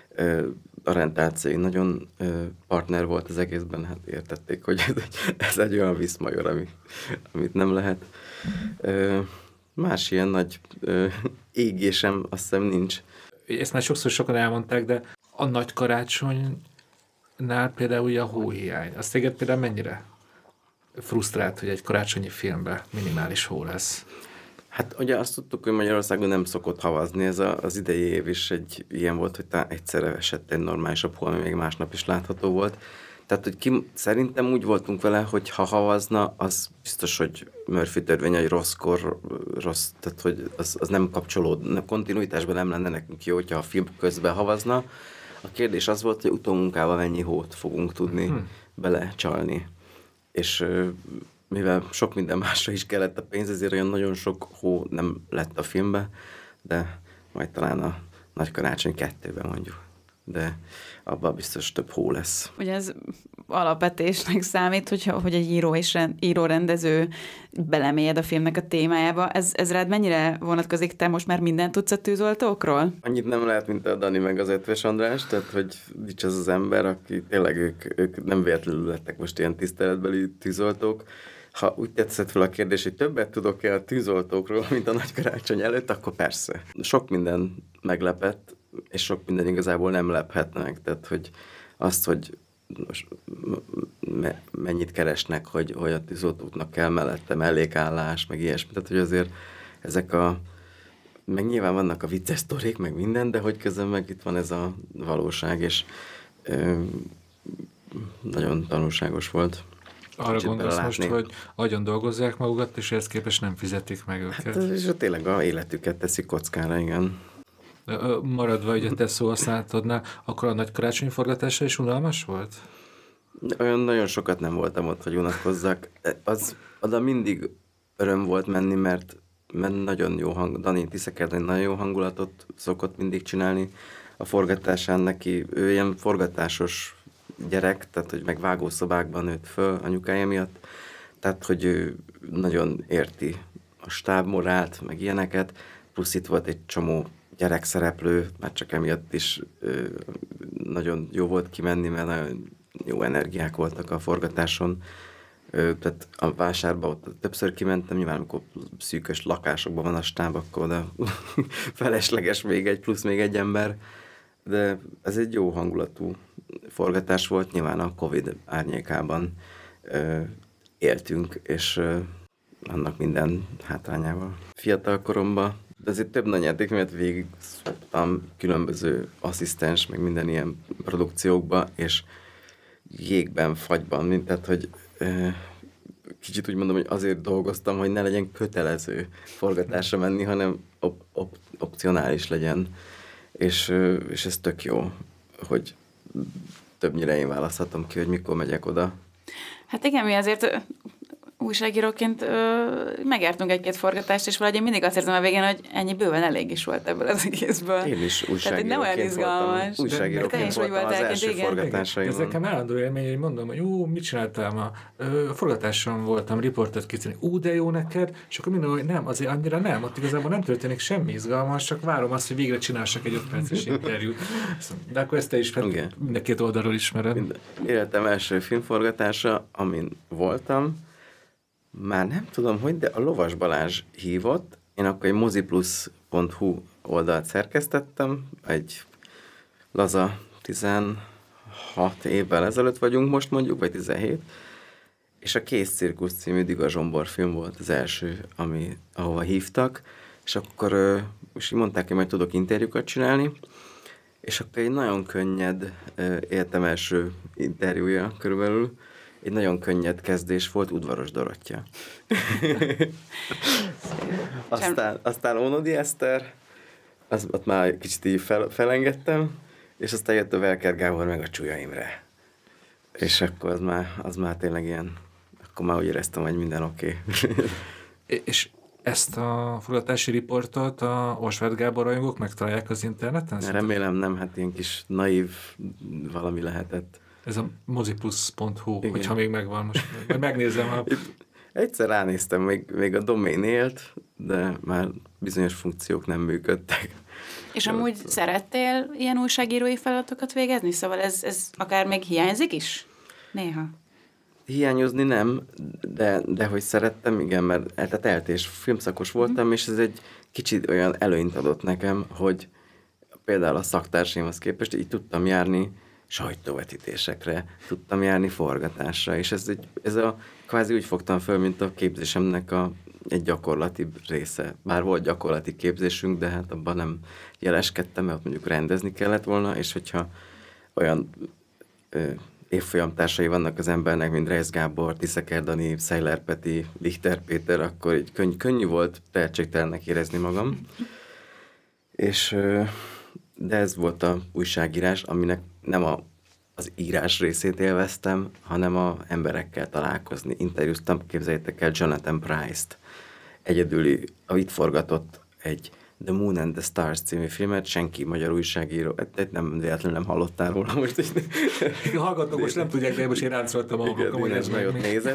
A rentáció nagyon partner volt az egészben, hát értették, hogy ez egy olyan viszmajor, amit nem lehet. Más ilyen nagy égésem azt hiszem nincs. Ezt már sokan elmondták, de a nagy karácsonynál például a hóhiány. Azt téged például mennyire frusztrált, hogy egy karácsonyi filmben minimális hó lesz? Hát ugye azt tudtuk, hogy Magyarországon nem szokott havazni, ez az idei év is egy ilyen volt, hogy egyszerre esett egy normálisabb hó, ami még másnap is látható volt. Tehát, hogy szerintem úgy voltunk vele, hogy ha havazna, az biztos, hogy Murphy törvény, hogy rossz, tehát hogy az nem kapcsolód, kontinuitásban nem lenne nekünk jó, hogyha a film közben havazna. A kérdés az volt, hogy utómunkával mennyi hót fogunk tudni belecsalni. És mivel sok minden másra is kellett a pénz, ezért olyan nagyon sok hó nem lett a filmbe, de majd talán a Nagy Karácsony 2-ben mondjuk. De abban biztos több hó lesz. Ugye ez alapvetésnek számít, hogy egy író és író-rendező belemélyed a filmnek a témájába. Ez rád mennyire vonatkozik? Te most már mindent tudsz a tűzoltókról? Annyit nem lehet, mint a Dani meg az Ötvös András, tehát hogy nincs az ember, aki tényleg ők nem véletlenül lettek most ilyen tiszteletbeli tűzoltók. Ha úgy tetszett fel a kérdés, hogy többet tudok-e a tűzoltókról, mint a Nagy Karácsony előtt, akkor persze. Sok minden meglepett, és sok minden igazából nem lephet meg. Tehát, hogy azt, hogy mennyit keresnek, hogy a tűzoltóknak kell mellette mellékállás, meg ilyesmi. Tehát, hogy azért ezek meg nyilván vannak a vicces sztorik, meg minden, de hogy közben meg itt van ez a valóság, és nagyon tanulságos volt. Arra gondolsz most, hogy agyon dolgozzák magukat, és ehhez képest nem fizetik meg őket. Hát, és tényleg a életüket teszik kockára, igen. Maradva ugye te szóhasználatodnál, akkor a Nagy Karácsony forgatása is unalmas volt? Olyan nagyon sokat nem voltam ott, hogy unatkozzak. Oda mindig öröm volt menni, mert nagyon jó Dani Tiszakerden nagyon jó hangulatot szokott mindig csinálni a forgatásán neki. Ő ilyen forgatásos gyerek, tehát hogy meg vágószobákban nőtt föl anyukája miatt, tehát hogy ő nagyon érti a stábmorált, meg ilyeneket, plusz itt volt egy csomó gyerekszereplő, már csak emiatt is nagyon jó volt kimenni, mert nagyon jó energiák voltak a forgatáson. Tehát a vásárba ott többször kimentem, nyilván amikor szűkös lakásokban van a stáb, akkor oda felesleges plusz még egy ember, de ez egy jó hangulatú forgatás volt, nyilván a Covid árnyékában éltünk, és annak minden hátrányával. Fiatal koromban, de azért több nagy játékművet végig szoktam különböző asszisztens, meg minden ilyen produkciókba, és jégben, fagyban, tehát, hogy kicsit úgy mondom, hogy azért dolgoztam, hogy ne legyen kötelező forgatásra menni, hanem opcionális legyen. És ez tök jó, hogy többnyire én választhatom ki, hogy mikor megyek oda. Hát igen, mi azért újságíróként megértünk egy-két forgatást, és valahogy én mindig azt érzem a végén, hogy ennyi bőven elég is volt ebből az egészből. Én is újságíróként voltam. Újságíróként voltam az első forgatásaimon. Ez nekem állandó élmény, hogy mondom, hogy mit csináltam, a forgatáson voltam, riportot készíteni, de jó neked, és akkor minden, hogy nem, azért annyira nem, ott igazából nem történik semmi izgalmas, csak várom azt, hogy végre csinálsak egy 5 perces interjút. De akkor ezt te is mind a két oldalról ismered. Életem első filmforgatása, amin voltam, már nem tudom, hogy, de a Lovas Balázs hívott, én akkor egy moziplus.hu oldalt szerkesztettem, egy laza 16 évvel ezelőtt vagyunk most mondjuk, vagy 17, és a Kész Cirkusz című Diga Zsombor film volt az első, ahova hívtak, és akkor és mondták, hogy majd tudok interjúkat csinálni, és akkor egy nagyon könnyed életem első interjúja körülbelül, egy nagyon könnyed kezdés volt, Udvaros Dorottya. aztán Ónodi Eszter, ott már kicsit így felengedtem, és aztán jött a Velker Gábor meg a Csúlya Imre. És akkor az már tényleg ilyen, akkor már úgy éreztem, hogy minden oké. És ezt a forgatási riportot a Osváth Gábor rajongók megtalálják az interneten? Remélem nem, hát ilyen kis naív valami lehetett. Ez a moziplus.hu, hogyha még megvan most. Majd megnézem. Egyszer ránéztem, még a domain élt, de már bizonyos funkciók nem működtek. És amúgy szerettél ilyen újságírói feladatokat végezni? Szóval ez akár még hiányzik is? Néha. Hiányozni nem, de hogy szerettem, igen, mert tehát eltés filmszakos voltam, és ez egy kicsit olyan előnyt adott nekem, hogy például a szaktársaimhoz képest így tudtam járni sajtóvetítésekre, tudtam járni forgatásra, és ez a kvázi úgy fogtam föl, mint a képzésemnek egy gyakorlati része. Bár volt gyakorlati képzésünk, de hát abban nem jeleskedtem, mert ott mondjuk rendezni kellett volna, és hogyha olyan évfolyamtársai vannak az embernek, mint Reisz Gábor, Tiszeker Dani, Szejler Peti, Lichter Péter, akkor így könnyű volt tehetségtelennek érezni magam. És de ez volt a újságírás, aminek nem az írás részét élveztem, hanem a emberekkel találkozni. Interjúztam, képzeljétek el Jonathan Pryce-t, egyedüli, itt forgatott egy The Moon and the Stars című filmet, senki magyar újságíró, nem véletlenül nem hallottál róla most. A hallgatók most nem tudják, de most én ráncoltam a magam, hogy ez meg nézett.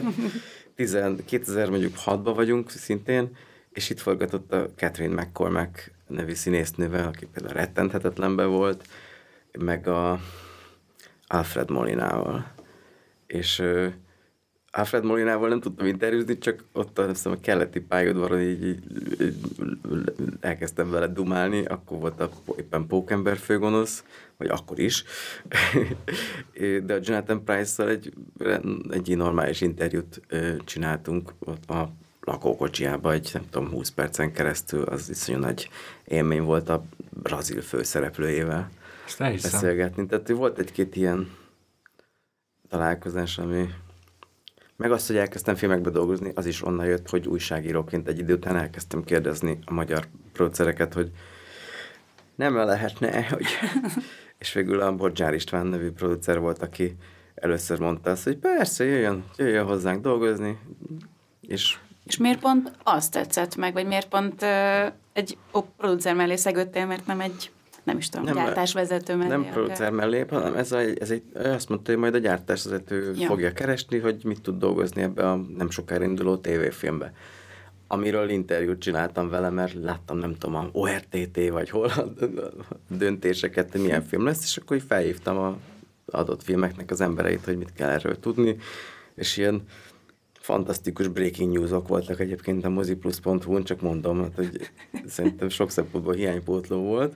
2006-ban vagyunk szintén, és itt forgatott a Catherine McCormack nevű színésznővel, aki például rettenthetetlenben volt, meg a Alfred Molinával. És Alfred Molinával nem tudtam interjúzni, csak ott azt hiszem a keleti pályaudvaron így elkezdtem vele dumálni, akkor volt éppen Pókember főgonosz, vagy akkor is. De a Jonathan Pryce-szal egy normális interjút csináltunk ott a lakókocsiába, nem tudom, 20 percen keresztül, az iszonyú nagy élmény volt a brazil főszereplőjével beszélgetni. Tehát volt egy-két ilyen találkozás, ami meg azt, hogy elkezdtem filmekbe dolgozni, az is onnan jött, hogy újságíróként egy idő után elkezdtem kérdezni a magyar producereket, hogy nem lehetne, hogy... És végül a Bodzsár István nevű producer volt, aki először mondta azt, hogy persze, jöjjön hozzánk dolgozni, és miért pont azt tetszett meg, vagy miért pont egy producer mellé szegődtél, mert nem egy, nem is tudom, gyártásvezető mellé? Nem producer mellé, hanem ez azt mondta, hogy majd a gyártásvezető fogja keresni, hogy mit tud dolgozni ebbe a nem sokára induló tévéfilmbe. Amiről interjút csináltam vele, mert láttam, nem tudom, a ORTT vagy hol a döntéseket, hogy milyen film lesz, és akkor így felhívtam az adott filmeknek az embereit, hogy mit kell erről tudni, és ilyen fantasztikus breaking newsok voltak egyébként a moziplus.hu-n, csak mondom, hát, hogy szerintem sok szempontból hiánypótló volt,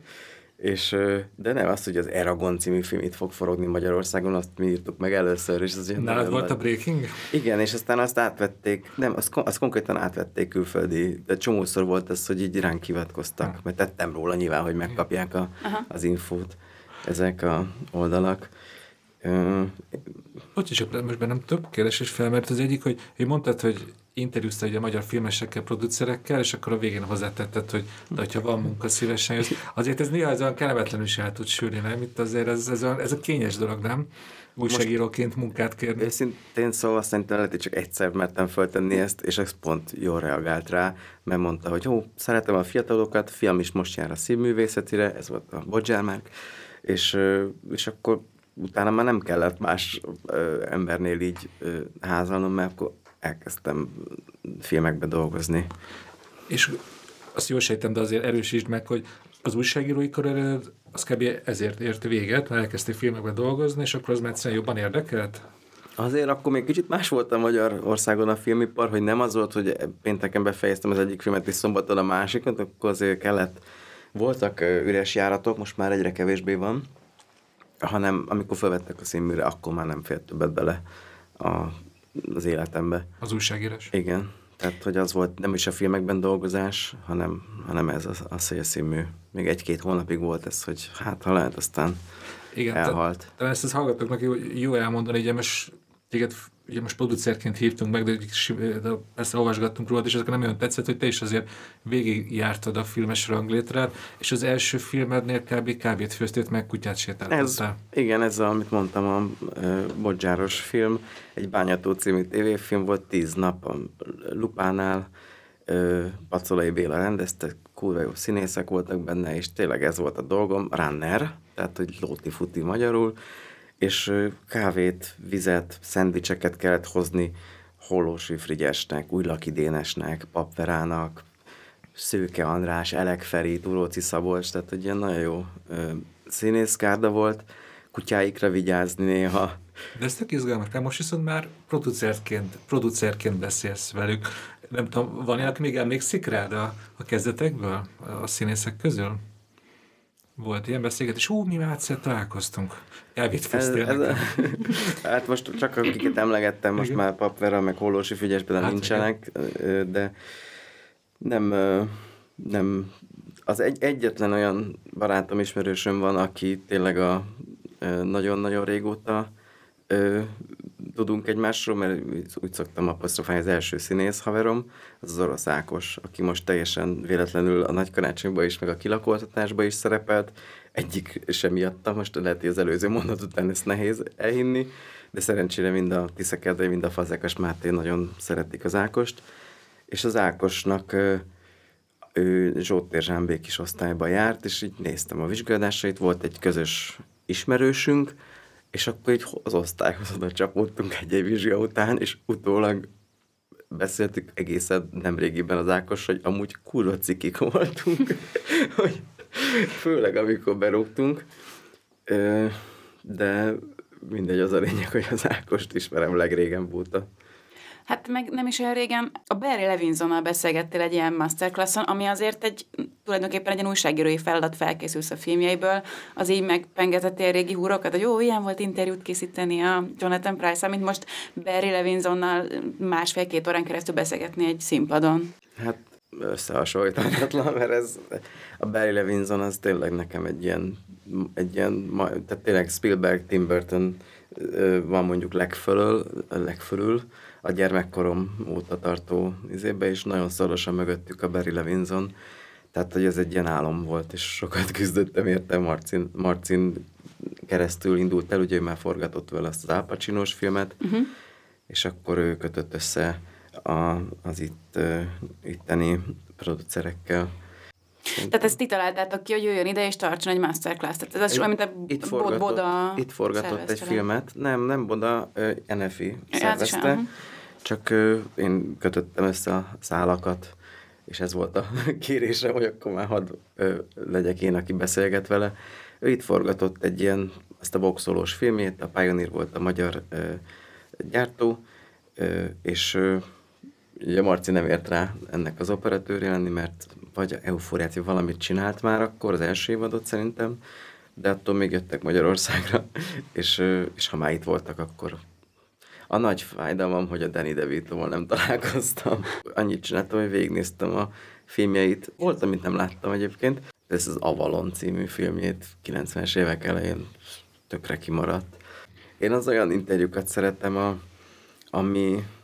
de nem az, hogy az Eragon című film itt fog forogni Magyarországon, azt mi írtuk meg először, és az nálad volt a breaking? Igen, és aztán azt átvették, nem, azt konkrétan átvették külföldi, de csomószor volt ez, hogy így ránk hivatkoztak, mert tettem róla nyilván, hogy megkapják az infót ezek a oldalak. Ott is most bennem több kérdés is felmerült. Az egyik, hogy mondtad, hogy interjúzta ugye a magyar filmesekkel, producerekkel, és akkor a végén hozzátetted, hogy de hogyha van munka, szívesen jössz. Azért ez néha olyan kellemetlenül is el tud sülni, nem? Itt azért ez a kényes dolog, nem? Újságíróként munkát kérni. Őszintén szóval szerintem lehet, hogy csak egyszer mertem föltenni ezt, és ez pont jól reagált rá, mert mondta, hogy jó, szeretem a fiatalokat, fiam is most jár a színművészetire, ez volt a Bodzsármárk, és akkor utána már nem kellett más embernél így házalnom, mert akkor elkezdtem filmekbe dolgozni. És azt jól sejtem, de azért erősítsd meg, hogy az újságírói karriered az kb. Ezért ért véget, mert elkezdtél filmekbe dolgozni, és akkor az már egyszerűen jobban érdekelt? Azért akkor még kicsit más volt a Magyarországon a filmipar, hogy nem az volt, hogy pénteken befejeztem az egyik filmet, és szombaton a másikat, akkor azért voltak üres járatok, most már egyre kevésbé van, hanem amikor felvettek a színműre, akkor már nem fért többet bele az életembe. Az újságírás? Igen. Tehát, hogy az volt nem is a filmekben dolgozás, hanem ez a szélszínmű. Még 1-2 hónapig volt ez, hogy hát ha lehet, aztán igen, elhalt. Talán ezt hallgatóknak jó elmondani, hogy téged ugye most producerként hívtunk meg, de persze olvasgattunk rólad, és ezek nem olyan tetszett, hogy te is azért végigjártad a filmes ranglétrát, és az első filmednél kávét főztél, meg kutyát sétáltattál. Igen, ez amit mondtam, a Bodzsáros film, egy Bányató című tévéfilm volt, 10 nap a Lupánál, Pacolai Béla rendezte, kurva jó színészek voltak benne, és tényleg ez volt a dolgom, runner, tehát hogy lóti-futi magyarul, és kávét, vizet, szendvicseket kellett hozni Hollósy Frigyesnek, Újlaki Dénesnek, Papverának, Szőke András, Elek Feri, Turóci Szabolcs, tehát egy ilyen nagyon jó színészkárda volt, kutyáikra vigyázni néha. De ez tök izgalmas, mert most viszont már producerként beszélsz velük. Nem tudom, van aki még emlékszik rád a kezdetekből, a színészek közül? Volt ilyen beszélgetés, mi már egyszer találkoztunk. Kávét főztél Hát most csak akiket emlegettem, most már Papvera, meg Hollósy Frigyes például nincsenek, de nem az egyetlen olyan barátom, ismerősöm van, aki tényleg nagyon-nagyon régóta tudunk egymásról, mert úgy szoktam apostrofálni, az első színész haverom, az Orosz Ákos, aki most teljesen véletlenül a Nagykarácsonyban is, meg a Kilakoltatásban is szerepelt. Egyik sem miattam, most lehet, hogy az előző mondat után ezt nehéz elhinni, de szerencsére mind a Tiszakerdei, mind a Fazekas Máté nagyon szeretik az Ákost, és az Ákosnak ő Zsótér Zsámbékis osztályba járt, és így néztem a vizsgáladásait, volt egy közös ismerősünk, és akkor így az osztályhoz oda csapódtunk egy vizsga után, és utólag beszéltük egészen nemrégiben az Ákos, hogy amúgy kurva cikik voltunk, hogy főleg amikor berúgtunk, de mindegy, az a lényeg, hogy az Ákost ismerem legrégen óta. Hát meg nem is olyan régen, a Barry Levinsonnal beszélgettél egy ilyen masterclasson, ami azért tulajdonképpen egy ilyen újságírói feladat, felkészülsz a filmjeiből, az így megpengetettél régi húrokat, hogy jó, ilyen volt interjút készíteni a Jonathan Pryce-al, mint most Barry Levinsonnal 1,5-2 órán keresztül beszélgetni egy színpadon. Hát összehasonlíthatatlan, mert a Barry Levinson az tényleg nekem egy ilyen tehát tényleg Spielberg, Tim Burton van mondjuk legfölül a gyermekkorom óta tartó izébe, és nagyon szorosan mögöttük a Barry Levinson, tehát hogy ez egy ilyen álom volt, és sokat küzdöttem érte, Marcin keresztül indult el, ugye ő már forgatott vele azt az Al Pacino-s filmet, és akkor ő kötött össze az itteni producerekkel. Tehát ezt ti találtátok ki, hogy jöjjön ide és tartson egy masterclass. Tehát ez olyan, mint a Boda itt forgatott egy filmet. Nem Boda, NFI szervezte. Csak én kötöttem össze a szálakat, és ez volt a kérésem, hogy akkor már hadd legyek én, aki beszélget vele. Ő itt forgatott egy ilyen, ezt a boxolós filmét, a Pioneer volt a magyar gyártó, és ugye Marci nem ért rá ennek az operatőré lenni, mert vagy eufóriát, vagy valamit csinált már akkor, az első évadot szerintem, de attól még jöttek Magyarországra, és ha már itt voltak, akkor a nagy fájdalmam, hogy a Danny DeVito-val nem találkoztam. Annyit csináltam, hogy végignéztem a filmjeit. Volt, amit nem láttam egyébként. Ez az Avalon című filmjét 90-es évek elején tökre kimaradt. Én az olyan interjúkat szeretem, ami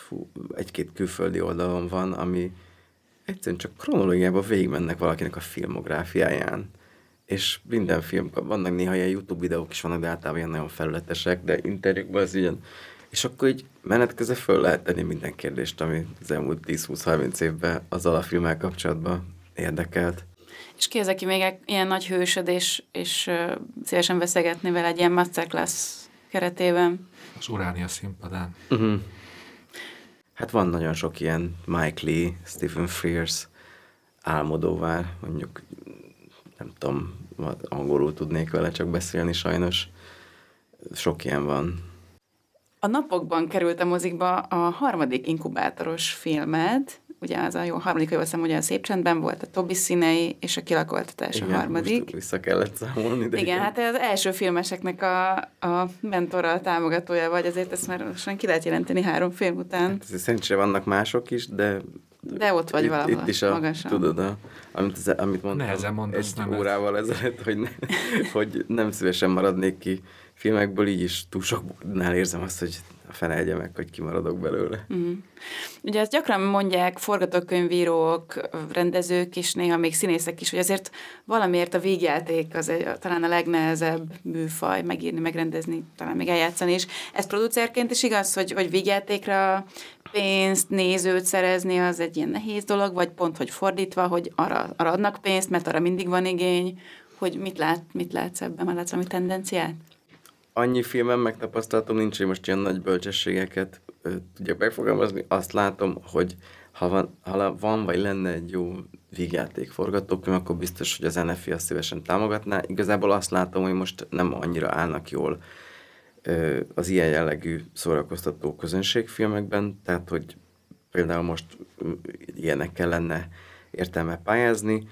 egy-két külföldi oldalon van, ami egyszerűen csak kronológiában végigmennek valakinek a filmográfiáján. És minden film, vannak néha ilyen YouTube videók is vannak, de általában ilyen nagyon felületesek, de interjúkban az ilyen. És akkor így menet közben föl lehet tenni minden kérdést, ami az elmúlt 10-20-30 évben azzal a filmmel kapcsolatban érdekelt. És ki az, aki még ilyen nagy hősöd, és szívesen veszegetni vele egy ilyen masterclass keretében? Az Uránia színpadán. Uh-huh. Hát van nagyon sok ilyen Mike Lee, Stephen Frears, Almodóvar, mondjuk nem tudom, angolul tudnék vele csak beszélni sajnos. Sok ilyen van. A napokban került a mozikba a harmadik inkubátoros filmed, ugye az a harmadik, hogy azt hiszem, ugye a Szép csendben volt, a Tobi színei és a Kilakoltatás igen, a harmadik. Most vissza kellett számolni. De igen, hát az első filmeseknek a mentora, a támogatója vagy, azért ezt már most ki lehet jelenteni 3 film után. Hát szerencsére vannak mások is, de ott vagy valahol, itt is magasan. Tudod, amit mondtam egy órával ezelőtt, hogy nem szívesen maradnék ki filmekből, így is túl soknál érzem azt, hogy felelje meg, hogy kimaradok belőle. Uh-huh. Ugye ezt gyakran mondják forgatókönyvírók, rendezők is, néha még színészek is, hogy azért valamiért a vígjáték az talán a legnehezebb műfaj, megírni, megrendezni, talán még eljátszani is. Ez producerként is igaz, hogy vígjátékra pénzt, nézőt szerezni, az egy ilyen nehéz dolog, vagy pont, hogy fordítva, hogy arra adnak pénzt, mert arra mindig van igény, hogy mit látsz ebben, már látsz valami tendenciát? Annyi filmen megtapasztaltam, nincs, hogy most ilyen nagy bölcsességeket tudjak megfogalmazni. Azt látom, hogy ha van vagy lenne egy jó vígjáték forgatókönyv, akkor biztos, hogy az NFI azt szívesen támogatná. Igazából azt látom, hogy most nem annyira állnak jól az ilyen jellegű szórakoztató közönségfilmekben, tehát, hogy például most ilyenekkel lenne értelme pályázni.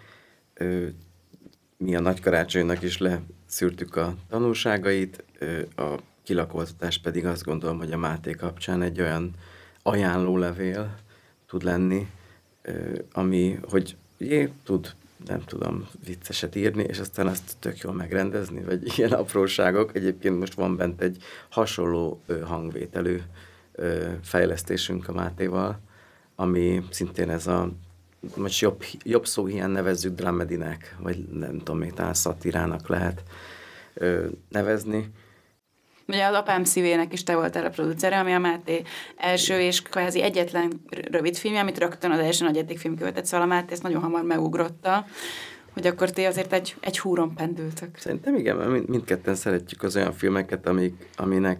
Mi a Nagykarácsonynak is leszűrtük a tanulságait, a Kilakoltatás pedig azt gondolom, hogy a Máté kapcsán egy olyan ajánlólevél tud lenni, ami, hogy tud, nem tudom, vicceset írni, és aztán azt tök jól megrendezni, vagy ilyen apróságok. Egyébként most van bent egy hasonló hangvételű fejlesztésünk a Mátéval, ami szintén ez a most jobb szó ilyen nevezzük dramedinek, vagy nem tudom, még talán szatirának lehet nevezni. Ugye az Apám szívének is te voltál a producere, ami a Máté első és kvázi egyetlen rövid filmje, amit rögtön az első nagy film követett, szóval a Máté ezt nagyon hamar megugrotta, hogy akkor ti azért egy húron pendültök. Szerintem igen, mert mindketten szeretjük az olyan filmeket, aminek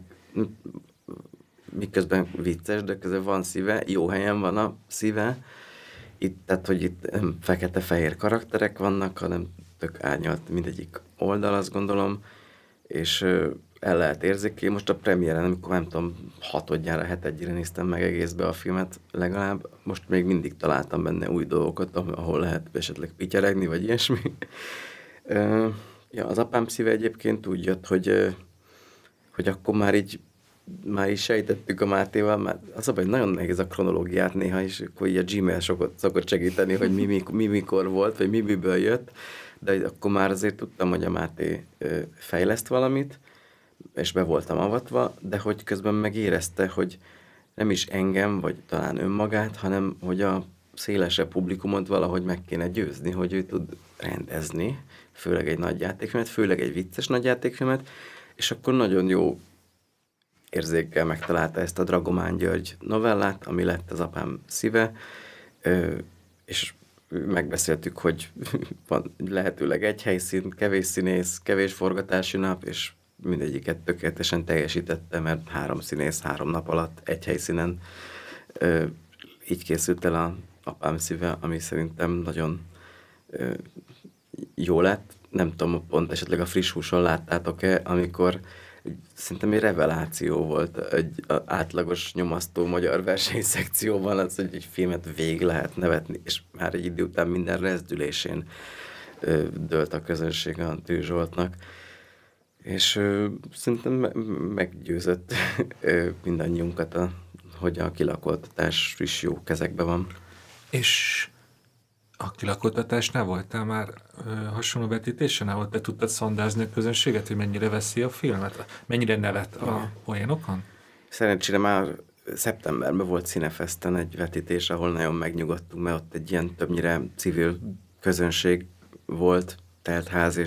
miközben vicces, de közben van szíve, jó helyen van a szíve. Tehát, hogy itt nem fekete-fehér karakterek vannak, hanem tök árnyalt mindegyik oldal, azt gondolom, és el lehet érzékelni. Most a premiéren, amikor nem tudom, 6-odjára, 7-egyre néztem meg egészbe a filmet legalább, most még mindig találtam benne új dolgokat, ahol lehet esetleg pityeregni, vagy ilyesmi. Az Apám szíve egyébként úgy jött, hogy akkor már is sejtettük a Mátéval, már az a baj, nagyon nehéz a kronológiát néha, és akkor így a Gmail szokott segíteni, hogy mi mikor volt, vagy miből jött, de akkor már azért tudtam, hogy a Máté fejleszt valamit, és be voltam avatva, de hogy közben megérezte, hogy nem is engem, vagy talán önmagát, hanem hogy a szélesebb publikumot valahogy meg kéne győzni, hogy ő tud rendezni, főleg egy nagyjátékfilmet, főleg egy vicces nagyjátékfilmet, és akkor nagyon jó érzékkel megtalálta ezt a Dragomán György novellát, ami lett az Apám szíve, és megbeszéltük, hogy van lehetőleg egy helyszín, kevés színész, kevés forgatási nap, és mindegyiket tökéletesen teljesítette, mert 3 színész 3 nap alatt egy helyszínen így készült el a Apám szíve, ami szerintem nagyon jó lett. Nem tudom, pont esetleg a Friss Húson láttátok-e, amikor szerintem egy reveláció volt egy átlagos nyomasztó magyar versenyszekcióban, az, hogy egy filmet végig lehet nevetni, és már egy idő után minden rezdülésén dőlt a közönség a Tű Zsoltnak. És szerintem meggyőzött mindannyiunkat, hogy a Kilakoltatás is jó kezekben van. És a Kilakoltatásnál voltál már hasonló vetítésen, ahol te tudtad szondázni a közönséget, hogy mennyire veszi a filmet? Mennyire nevet a poénokon? Szerencsére már szeptemberben volt Cinefesten egy vetítés, ahol nagyon megnyugodtunk, mert ott egy ilyen többnyire civil közönség volt, telt ház,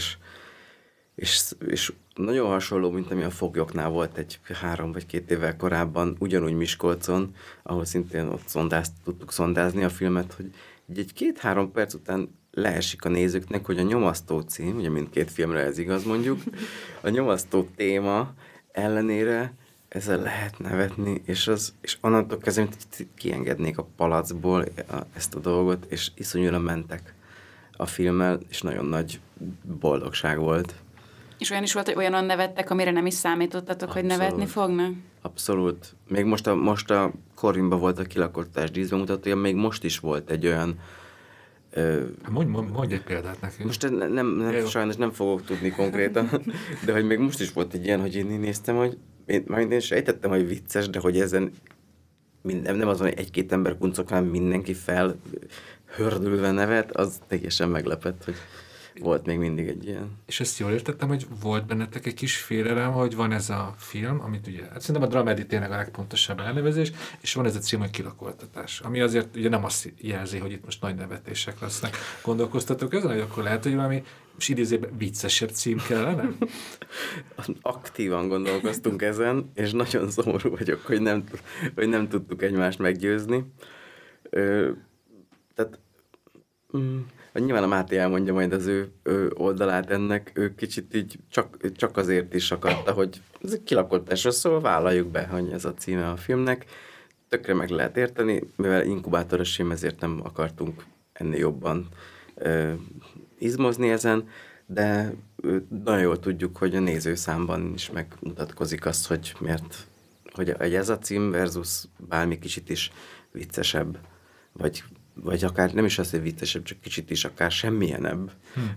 és nagyon hasonló, mint ami a Foglyoknál volt egy 3 vagy 2 évvel korábban, ugyanúgy Miskolcon, ahol szintén ott tudtuk szondázni a filmet, hogy egy 2-3 perc után leesik a nézőknek, hogy a nyomasztó cím, ugye mindkét filmre ez igaz mondjuk, a nyomasztó téma ellenére ezzel lehet nevetni, és onnantól kezdve, mint kiengednék a palacból ezt a dolgot, és iszonyúra mentek a filmmel, és nagyon nagy boldogság volt. És olyan is volt, hogy olyanon nevettek, amire nem is számítottatok, Abszolút. hogy nevetni fognak? Abszolút. Még most a Korvinban volt a Kilakoltatás díszbemutatója, még most is volt egy olyan... Mondj egy példát neki. Most sajnos nem fogok tudni konkrétan, de hogy még most is volt egy ilyen, hogy én néztem, hogy én sejtettem, hogy vicces, de hogy ezen nem az, hogy egy-két ember kuncok, hanem mindenki felhördülve nevet, az teljesen meglepett, hogy volt még mindig egy ilyen. És ezt jól értettem, hogy volt bennetek egy kis félelem, hogy van ez a film, amit ugye, hát szerintem a dramedy tényleg a legpontosabb elnevezés, és van ez a cím, hogy Kilakoltatás, ami azért ugye nem azt jelzi, hogy itt most nagy nevetések lesznek. Gondolkoztatok ezen, hogy akkor lehet, hogy valami idézőben viccesebb cím kellene? Aktívan gondolkoztunk ezen, és nagyon szomorú vagyok, hogy nem tudtuk egymást meggyőzni. Nyilván a Máté elmondja majd az ő oldalát ennek, ő kicsit így csak azért is akarta, hogy ez egy kilakoltatásról szól, vállaljuk be, hogy ez a címe a filmnek. Tökre meg lehet érteni, mivel inkubátoros film, ezért nem akartunk ennél jobban izmozni ezen, de nagyon jól tudjuk, hogy a nézőszámban is megmutatkozik az, hogy miért, hogy ez a cím versus bármi kicsit is viccesebb, vagy akár nem is az, hogy viccesebb, csak kicsit is akár semmilyenebb.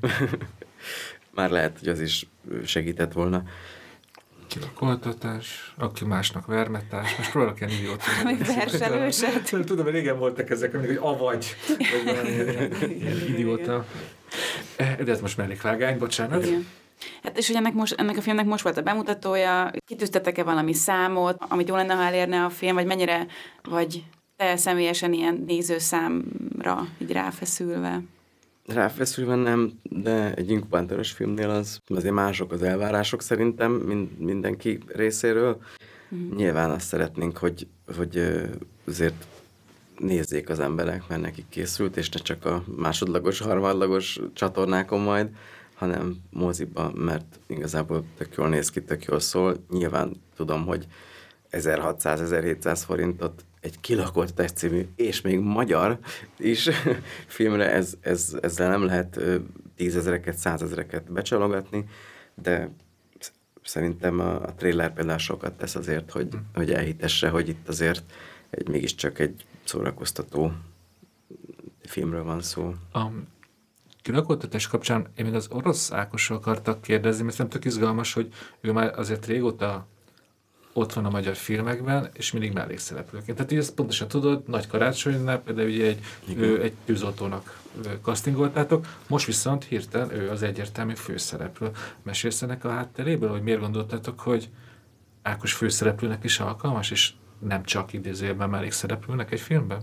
Már lehet, hogy az is segített volna. Kilakoltatás, aki másnak vermetás, most próbálok ilyen idiót. Még verselőset. Tudom, hogy régen voltak ezek, amik, hogy avagy, vagy ilyen idióta. De ez most mellékvágány, bocsánat. Igen. Hát és hogy ennek a filmnek most volt a bemutatója, kitűztetek-e valami számot, amit jól lenne, ha elérne a film, vagy mennyire vagy te személyesen ilyen nézőszámra így ráfeszülve? Ráfeszülve nem, de egy inkubátoros filmnél azért mások az elvárások szerintem mindenki részéről. Nyilván azt szeretnénk, hogy azért nézzék az emberek, mert nekik készült, és ne csak a másodlagos, harmadlagos csatornákon majd, hanem moziba, mert igazából tök jól néz ki, tök jól szól. Nyilván tudom, hogy 1600-1700 forintot egy Kilakoltatás című, és még magyar is filmre ezzel nem lehet 10 000-eket, 100 000-eket becsalogatni, de szerintem a trailer például sokat tesz azért, hogy elhitesse, hogy itt azért mégiscsak egy szórakoztató filmről van szó. A Kilakoltatás kapcsán én még az orosz Ákosról akartak kérdezni, mert szerintem tök izgalmas, hogy ő már azért régóta ott van a magyar filmekben, és mindig mellékszereplőként. Tehát így ezt pontosan tudod, Nagy Karácsonynál például ugye egy tűzoltónak castingoltátok, most viszont hirtelen ő az egyértelmű főszereplő. Mesélsz ennek a hátteréből, hogy miért gondoltátok, hogy Ákos főszereplőnek is alkalmas, és nem csak idézőjelben mellékszereplőnek egy filmben?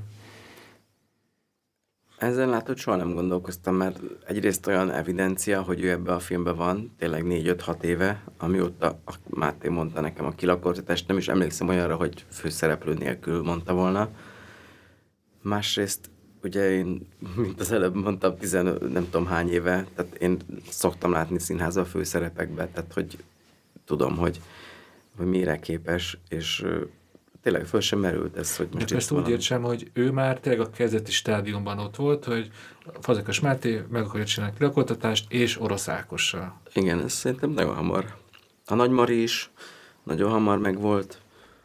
Ezen látod, soha nem gondolkoztam, mert egyrészt olyan evidencia, hogy ő ebbe a filmben van, tényleg 4-5-6 éve, amióta Máté mondta nekem a Kilakoltatást, nem is emlékszem olyanra, hogy főszereplő nélkül mondta volna. Másrészt, ugye én, mint az előbb mondtam, nem tudom hány éve, tehát én szoktam látni színházban főszerepekbe, tehát hogy tudom, hogy mire képes, és tényleg föl sem merült ez, hogy most ezt úgy értsem, hogy ő már tényleg a kezdeti stádiumban ott volt, hogy Fazekas Máté meg akarja csinálni Kilakoltatást, és Orosz Ákossal. Igen, ez szerintem nagyon hamar. A Nagy Mari is nagyon hamar megvolt.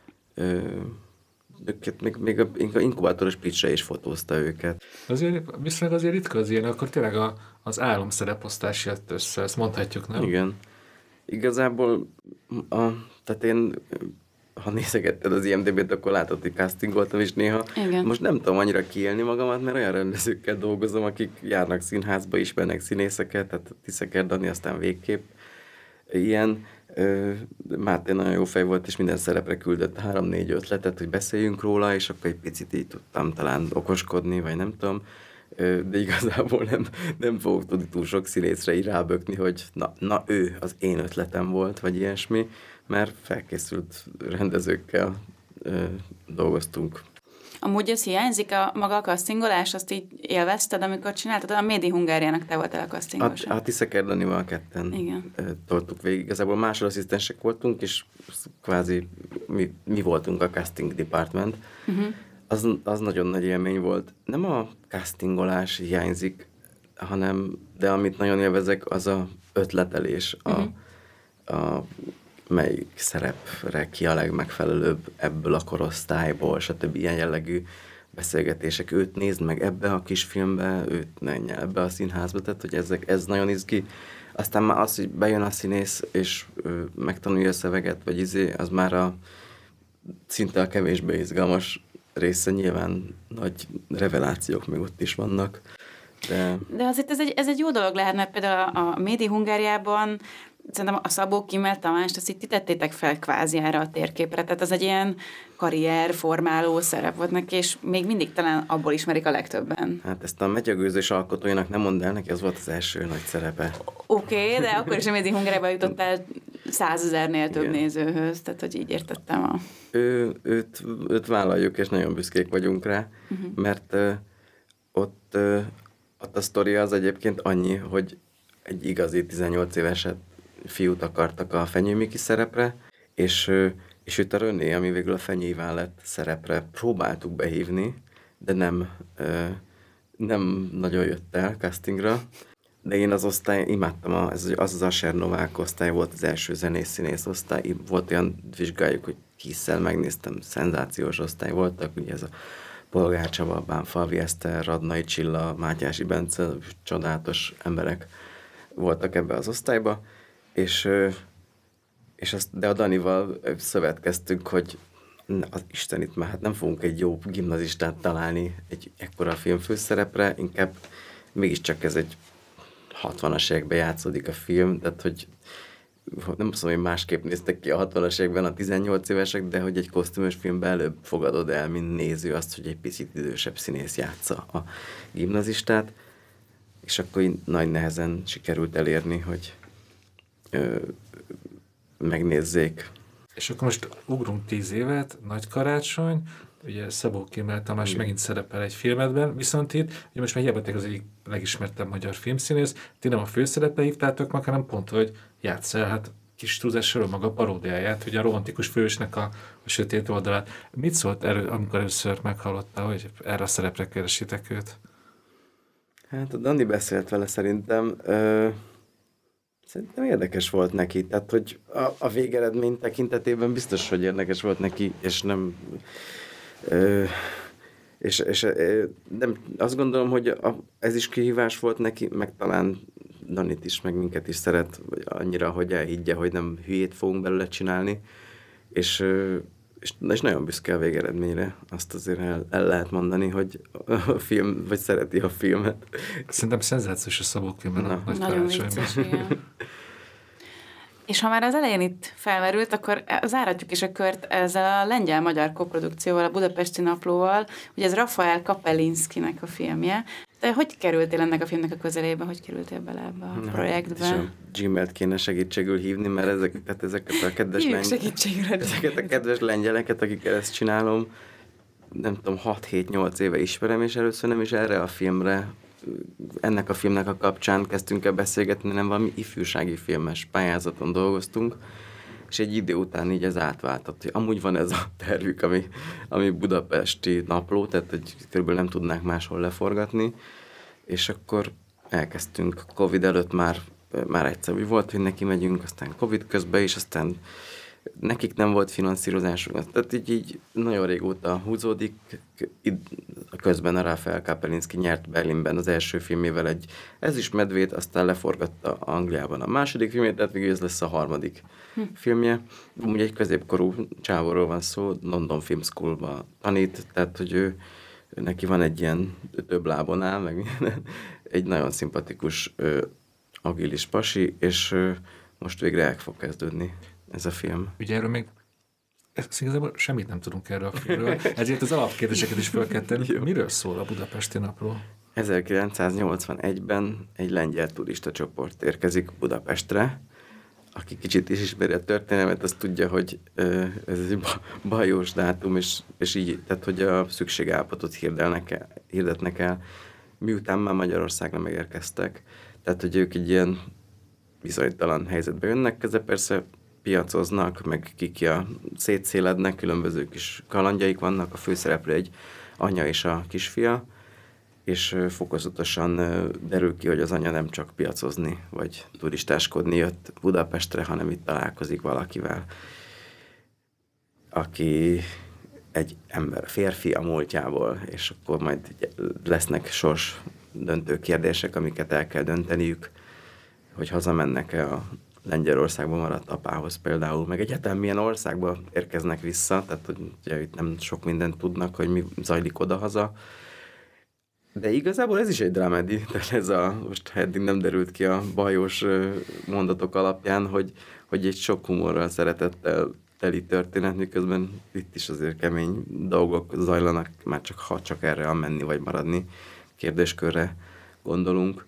Még a inkubátoros pitchre is fotózta őket. Viszont azért ritka az ilyen, akkor tényleg az álomszereposztás jött össze, ezt mondhatjuk, nem? Igen. Igazából, tehát én, ha nézegetted az IMDb-t, akkor látod, hogy castingoltam is néha. Igen. Most nem tudom annyira kiélni magamat, mert olyan rendezőkkel dolgozom, akik járnak színházba, ismernek színészeket, tehát Tiszeker Dani, aztán végképp ilyen. Máté nagyon jó fej volt, és minden szerepre küldött 3-4 ötletet, hogy beszéljünk róla, és akkor egy picit így tudtam talán okoskodni, vagy nem tudom, de igazából nem fogok tudni túl sok színészre így rábökni, hogy na ő az én ötletem volt, vagy ilyesmi, mert felkészült rendezőkkel dolgoztunk. Amúgy ez hiányzik, maga a castingolás, azt így élvezted, amikor csináltad? A Médi Hungáriának te voltál a castingos. A Tiszaker Danival ketten toltuk végig. Igazából másodasszisztensek voltunk, és kvázi mi voltunk a casting department. Az nagyon nagy élmény volt. Nem a castingolás hiányzik, de amit nagyon élvezek, az a ötletelés, a melyik szerepre ki a legmegfelelőbb ebből a korosztályból, stb. Ilyen jellegű beszélgetések. Őt nézd meg ebbe a kis filmbe, őt menjen ebbe a színházba, tehát hogy ez nagyon izgi. Aztán már az, hogy bejön a színész, és megtanulja a szöveget, vagy az már szinte a kevésbé izgalmas része, nyilván nagy revelációk még ott is vannak. De azért ez egy jó dolog lehet, mert például a Médi Hungáriában szerintem a Szabó Kimmel Tamást, azt így ti tettétek fel kvázi erre a térképre, tehát az egy ilyen karrierformáló szerep volt neki, és még mindig talán abból ismerik a legtöbben. Hát ezt a Megyegőzés alkotóinak nem mondd el, neki az volt az első nagy szerepe. Oké, de akkor is a Médi Hungáriában jutottál 100 000-nél több nézőhöz, tehát hogy így értettem őt vállaljuk, és nagyon büszkék vagyunk rá, mert ott a sztoria az egyébként annyi, hogy egy igazi 18 éveset fiút akartak a Fenyő Miki szerepre, és őt a René, ami végül a Fenyő Iván lett szerepre próbáltuk behívni, de nem nagyon jött el castingra. De én az osztály imádtam, az Asher Novák osztály volt, az első zenész-színész osztály. Volt olyan vizsgáljuk, hogy Kisszel megnéztem, szenzációs osztály voltak, ugye ez a Polgár Csaba, Bánfalvi Eszter, Radnai Csilla, Mátyási Bence, csodálatos emberek voltak ebbe az osztályba, de a Danival szövetkeztünk, hogy az Istenit már hát nem fogunk egy jó gimnazistát találni egy ekkora film főszerepre, inkább mégiscsak ez egy 60-as években játszódik a film, tehát hogy nem azt mondom, hogy másképp néztek ki a 60-as években a 18 évesek, de hogy egy kosztümös filmben előbb fogadod el, mint néző azt, hogy egy picit idősebb színész játsza a gimnazistát, és akkor nagy nehezen sikerült elérni, hogy megnézzék. És akkor most ugrunk 10 évet, Nagy Karácsony, ugye Szabó Kimmel Tamás megint szerepel egy filmedben, viszont itt, ugye most már hiába az egyik legismertebb magyar filmszínész, ti nem a főszerepre hívtátok meg, hanem pont, hogy játsz el, hát kis túlzással maga paródiáját, hogy a romantikus fősnek a sötét oldalát. Mit szólt amikor először meghallotta, hogy erre a szerepre keresitek őt? Hát a Dani beszélt vele szerintem. Szerintem érdekes volt neki, tehát hogy a végeredmény tekintetében biztos, hogy érdekes volt neki, és nem... És nem, azt gondolom, hogy ez is kihívás volt neki, meg talán Danit is, meg minket is szeret annyira, hogy elhiggye, hogy nem hülyét fogunk belőle csinálni, és nagyon büszke a végeredményre. Azt azért el lehet mondani, hogy a film, vagy szereti a filmet. Szerintem szenzációs a Szabó Kimmel a Nagy Nagyon vicces, igen. És ha már az elején itt felmerült, akkor záratjuk is a kört ezzel a lengyel-magyar koprodukcióval, a Budapesti Naplóval. Ugye ez Rafael Kapelinszkinek a filmje. De hogy kerültél ennek a filmnek a közelébe? Hogy kerültél bele ebbe a projektbe? És a Gmailt kéne segítségül hívni, mert ezeket a kedves lengyeleket, akikkel ezt csinálom, nem tudom, 6-7-8 éve ismerem, és először nem is erre a filmre, ennek a filmnek a kapcsán kezdtünk el beszélgetni, nem valami ifjúsági filmes pályázaton dolgoztunk, és egy idő után így ez átváltott, hogy amúgy van ez a tervük, ami Budapesti Napló, tehát hogy körülbelül nem tudnák máshol leforgatni, és akkor elkezdtünk. Covid előtt már egyszer úgy volt, hogy neki megyünk, aztán Covid közben is, aztán nekik nem volt finanszírozásunk, tehát így nagyon régóta húzódik. Közben a Rafael Kapelinszki nyert Berlinben az első filmével egy ezüstmedvét, aztán leforgatta Angliában a második filmét, tehát végül ez lesz a harmadik filmje. Úgy egy középkorú csávóról van szó, London Film School-ba tanít, tehát hogy neki van egy ilyen több lábon áll, meg egy nagyon szimpatikus agilis pasi, és most végre el fog kezdődni ez a film. Ugye erről még igazából semmit nem tudunk erről a filmről, ezért az alapkérdéseket is fel kell tenni. Miről szól a Budapesti Napról? 1981-ben egy lengyel turista csoport érkezik Budapestre. Aki kicsit is ismeri a történelmet, az tudja, hogy ez egy bajós dátum, és így, tehát hogy a szükségállapotot hirdetnek el, miután már Magyarországra megérkeztek. Tehát, hogy ők egy ilyen bizonytalan helyzetbe jönnek, ezzel persze piacoznak, meg kikja szétszélednek, különböző kis kalandjaik vannak, a főszereplő egy anya és a kisfia, és fokozatosan derül ki, hogy az anya nem csak piacozni, vagy turistáskodni jött Budapestre, hanem itt találkozik valakivel, aki egy ember, férfi a múltjából, és akkor majd lesznek sors döntő kérdések, amiket el kell dönteniük, hogy hazamennek-e a Lengyelországban maradt apához például, meg egyáltalán milyen országba érkeznek vissza, tehát hogy ugye itt nem sok mindent tudnak, hogy mi zajlik odahaza. De igazából ez is egy drámedi, tehát most eddig nem derült ki a bajós mondatok alapján, hogy egy sok humorral, szeretettel teli történet, miközben itt is azért kemény dolgok zajlanak, már csak erre a menni vagy maradni kérdéskörre gondolunk.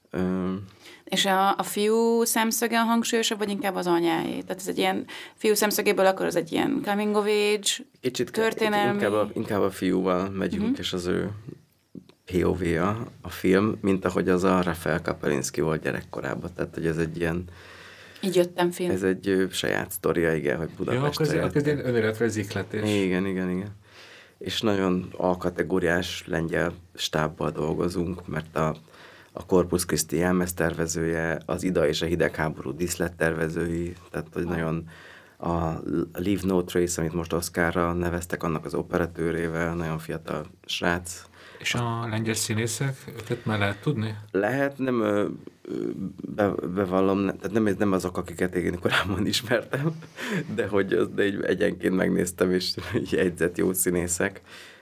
És a fiú szemszöge a hangsúlyosabb, vagy inkább az anyáé? Tehát ez egy ilyen fiú szemszögéből, akkor az egy ilyen coming of age, kicsit történelmi? Inkább a fiúval megyünk, és az ő POV-ja a film, mint ahogy az a Rafael Kapelinski volt gyerekkorában. Tehát, hogy ez egy ilyen... Így jöttem film. Ez egy saját sztoria, igen, hogy Budapestre. Ja, akkor ez egy önéletrajzi ihletés. Igen. És nagyon alkategóriás lengyel stábbal dolgozunk, mert a Corpus Christi jelmeztervezője, az Ida és a hidegháború díszlettervezői, tehát hogy nagyon a Leave No Trace, amit most Oscarra neveztek, annak az operatőrével, nagyon fiatal srác. És a lengyel színészek, őket már lehet tudni? Lehet, nem bevallom, tehát nem azok, akiket én korábban ismertem, de egyenként megnéztem, és jegyzett jó színészek.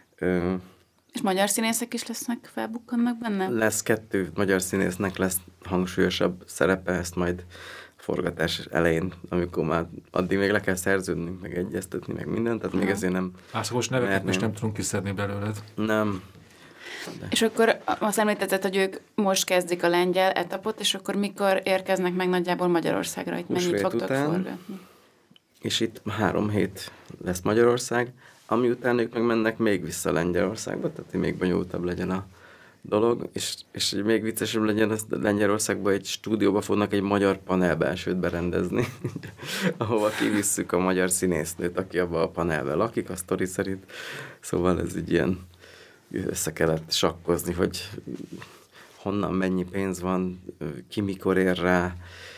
És magyar színészek is lesznek, felbukkannak benne? Lesz 2 magyar színésznek lesz hangsúlyosabb szerepe, ezt majd forgatás elején, amikor már addig még le kell szerződni, meg egyeztetni, meg mindent, tehát még ezért nem... Ászakos neveket most nem tudunk kiszedni belőled. Nem. De. És akkor azt említetted, hogy ők most kezdik a lengyel etapot, és akkor mikor érkeznek meg nagyjából Magyarországra? Itt mennyit fogtok forgatni? És itt 3 hét lesz Magyarország, ami után ők meg mennek még vissza Lengyelországba, tehát hogy még bonyolultabb legyen a dolog, és még viccesebb legyen, azt Lengyelországban egy stúdióba fognak egy magyar panelbelsőt berendezni, ahova kivisszük a magyar színésznőt, aki abban a panelben lakik, a sztori szerint. Szóval ez így ilyen össze kellett sakkozni, hogy honnan mennyi pénz van, ki mikor ér rá,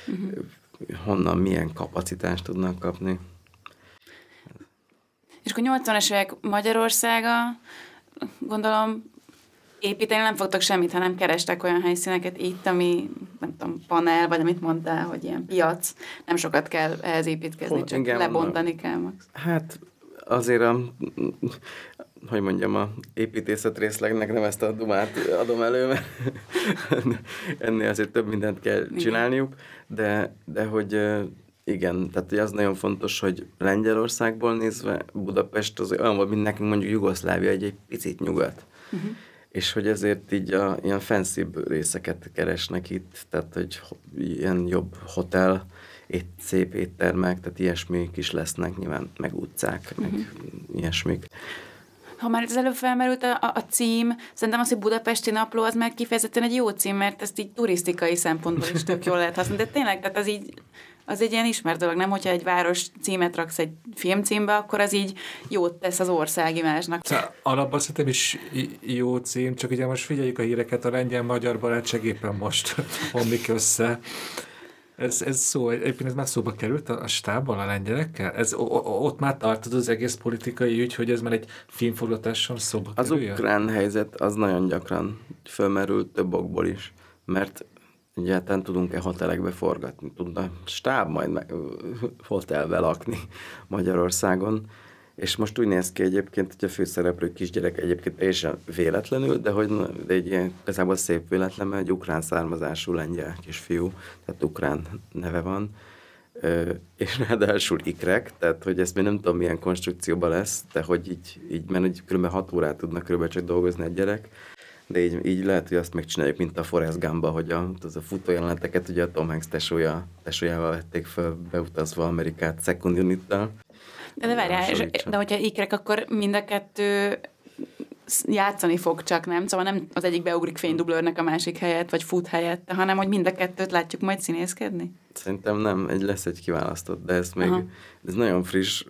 honnan milyen kapacitást tudnak kapni. És akkor 80-as évek Magyarországa, gondolom, építeni nem fogtok semmit, hanem kerestek olyan helyszíneket itt, ami, nem tudom, panel, vagy amit mondtál, hogy ilyen piac, nem sokat kell ehhez építkezni, csak lebontani kell max. Hát azért hogy mondjam, a építészet részlegnek nem ezt a dumát adom elő, mert ennél azért több mindent kell csinálniuk, de hogy igen, tehát az nagyon fontos, hogy Lengyelországból nézve Budapest az olyan volt, mint nekünk mondjuk Jugoszlávia egy picit nyugat. És hogy ezért így ilyen fancybb részeket keresnek itt, tehát hogy ilyen jobb hotel, szép éttermek, tehát ilyesmik is lesznek, nyilván meg utcák, meg ilyesmik. Ha már az előbb felmerült a cím, szerintem az, hogy Budapesti Napló, az már kifejezetten egy jó cím, mert ezt így turisztikai szempontból is tök jól lehet használni. De tényleg, tehát az egy ilyen ismert dolog, nem? Hogyha egy város címet raksz egy filmcímbe, akkor az így jót tesz az országimázsnak. Alapban szerintem is jó cím, csak ugye most figyeljük a híreket, a lengyel-magyar barátság éppen most omlik össze. Egyébként ez már szóba került a stábban a lengyelekkel? Ott már tartod az egész politikai ügy, hogy ez már egy filmforgatáson szóba kerüljön? Az ukrán helyzet az nagyon gyakran fölmerült több okból is, mert egyáltalán tudunk-e hotelekbe forgatni, tudna stáb majd hotelbe lakni Magyarországon, És most úgy néz ki egyébként, hogy a főszereplő kisgyerek egyébként teljesen véletlenül, de egy ilyen igazából szép véletlen, mert egy ukrán származású lengyel kisfiú, tehát ukrán neve van, és ráadásul ikrek, tehát hogy ezt még nem tudom milyen konstrukcióban lesz, de hogy így mert hogy kb. 6 órát tudnak kb. Csak dolgozni egy gyerek, de így lehet, hogy azt megcsináljuk, mint a Forrest Gumba, hogy az a futójeleneteket ugye a Tom Hanks tesójával vették fel, beutazva Amerikát second unittal. De várjál, de hogyha ikrek, akkor mind a kettő játszani fog csak, nem? Szóval nem az egyik beugrik fénydublőrnek a másik helyett, vagy fut helyett, hanem hogy mind a kettőt látjuk majd színészkedni? Szerintem nem, lesz egy kiválasztott, de ez még, ez nagyon friss.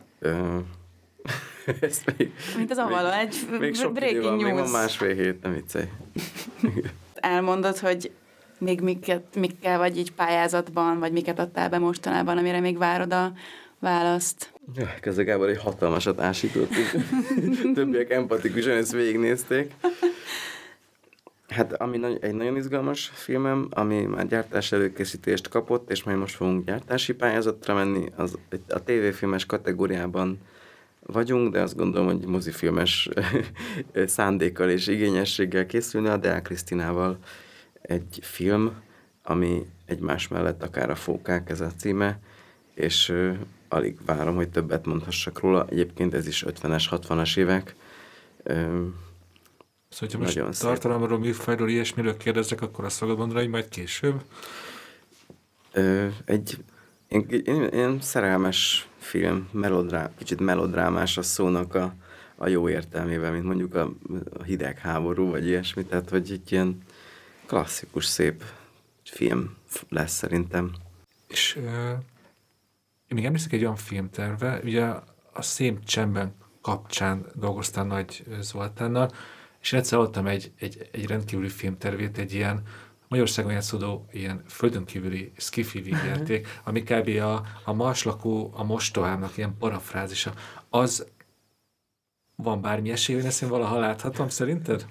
Mint az Avalon, egy breaking news. Még van másfél hét, nem viccelj. Elmondod, hogy még mikkel vagy így pályázatban, vagy miket adtál be mostanában, amire még várod a választ? Közben Gábor egy hatalmasat ásított. Többiek empatikusan ezt végignézték. Hát egy nagyon izgalmas filmem, ami már gyártás előkészítést kapott, és majd most fogunk gyártási pályázatra menni, az a tévéfilmes kategóriában vagyunk, de azt gondolom, hogy mozifilmes szándékkal és igényességgel készülni a Deák Krisztinával egy film, ami egymás mellett akár a fókák, ez a címe, és alig várom, hogy többet mondhassak róla. Egyébként ez is 50-es, 60-as évek. Szóval, hogyha most tartalomról, műfajról, ilyesmiről kérdezek, akkor azt fogod mondani, hogy majd később? Egy ilyen szerelmes film, kicsit melodrámás a szónak a jó értelmében, mint mondjuk a hidegháború, vagy ilyesmi, tehát hogy egy ilyen klasszikus, szép film lesz szerintem. És én még emlékszek egy olyan filmterve, ugye a Szép Csendben kapcsán dolgoztál Nagy Zoltánnal, és egyszer hallottam egy rendkívüli filmtervét, egy ilyen Magyarországon játszódó ilyen földön kívüli skifi vígjáték, ami kb. A marslakó, a mostohámnak ilyen parafrázisa. Az van bármi esély, hogy ezt én valaha láthatom, szerinted?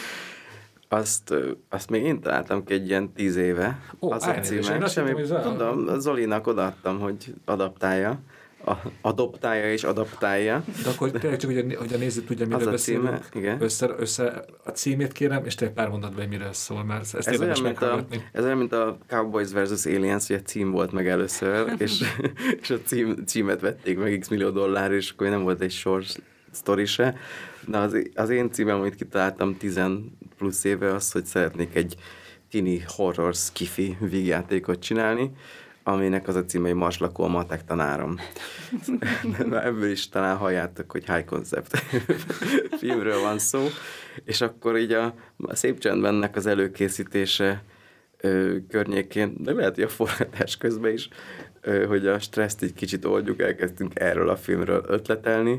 Azt még én találtam ki egy ilyen 10 éve. Az a címe. Tudom, Zolinak odaadtam, hogy adoptálja és adaptálja. De akkor tényleg csak, hogy a néző tudja, miről beszélünk. Össze a címét kérem, és tényleg pár mondatban, hogy miről szól, mert ezt érdemes meghallgatni. Ez olyan, mint a Cowboys vs. Aliens, hogy a cím volt meg először, és a címet vették meg x millió $, és akkor nem volt egy short sztori se. De az én címem, amit kitaláltam 10 plusz éve, az, hogy szeretnék egy tini horror skifi vígjátékot csinálni, aminek az a címe, hogy Marslakó, a matek tanárom. Ebből is talán halljátok, hogy high concept filmről van szó, és akkor így a Szép Csendbennek az előkészítése környékén, de lehet, hogy a forgatás közben is, hogy a stresszt egy kicsit oldjuk, elkezdtünk erről a filmről ötletelni,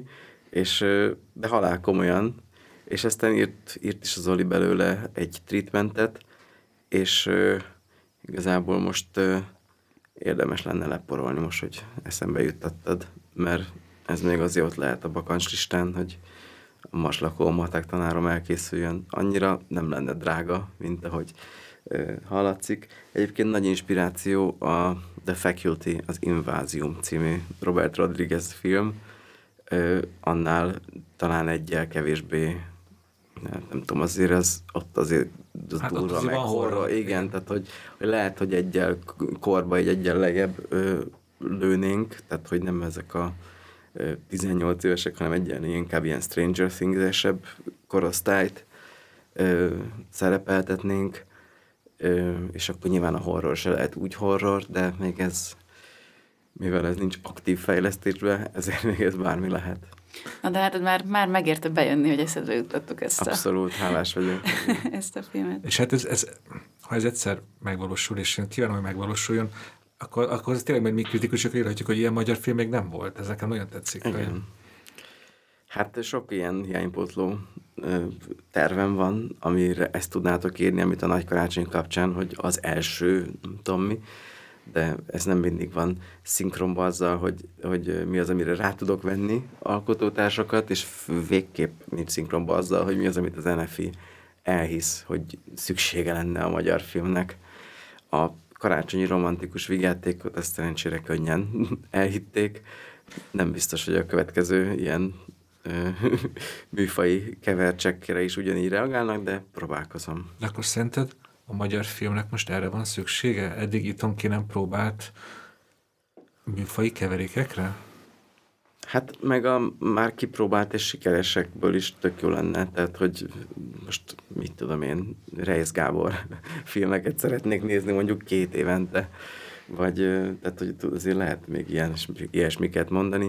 de halál komolyan, és aztán írt is az Zoli belőle egy treatmentet, és igazából most érdemes lenne leporolni most, hogy eszembe juttattad, mert ez még azért ott lehet a bakancslistán, hogy a Marslakó, a matek tanárom elkészüljön. Annyira nem lenne drága, mint ahogy hallatszik. Egyébként nagy inspiráció a The Faculty, az Invázium című Robert Rodriguez film, annál talán egyel kevésbé, nem tudom, azért az durva meg horror. Igen, tehát hogy lehet, hogy egyel korba, egyel lejjebb lőnénk, tehát hogy nem ezek a 18 évesek, hanem egyen inkább ilyen Stranger Things-esebb korosztályt szerepeltetnénk, és akkor nyilván a horror se lehet úgy horror, de még ez, mivel ez nincs aktív fejlesztésben, ezért még ez bármi lehet. Na de hát már megérte bejönni, hogy eszedbe jutottuk ezt Abszolút, hálás vagyok. ezt a filmet. És hát ha ez egyszer megvalósul, és én kívánom, hogy megvalósuljon, akkor ez tényleg majd mi kritikusok írhatjuk, hogy ilyen magyar film még nem volt. Ez nekem nagyon tetszik. Igen. Hogy... Hát sok ilyen hiánypótló tervem van, amire ezt tudnátok írni, amit a Nagy Karácsony kapcsán, hogy az első, nem tudom mi, de ez nem mindig van szinkronban azzal, hogy mi az, amire rá tudok venni alkotótársakat, és végképp nincs szinkronban azzal, hogy mi az, amit az NFI elhisz, hogy szüksége lenne a magyar filmnek. A karácsonyi romantikus vígjátékot ezt szerencsére könnyen elhitték. Nem biztos, hogy a következő ilyen műfai kevercsekkére is ugyanígy reagálnak, de próbálkozom. De akkor szerinted a magyar filmnek most erre van szüksége? Eddig itthon ki nem próbált műfai keverékekre? Hát meg a már kipróbált és sikeresekből is tök jó lenne, tehát hogy most mit tudom én, Reisz Gábor filmeket szeretnék nézni mondjuk 2 évente, vagy tehát hogy azért lehet még ilyesmiket mondani.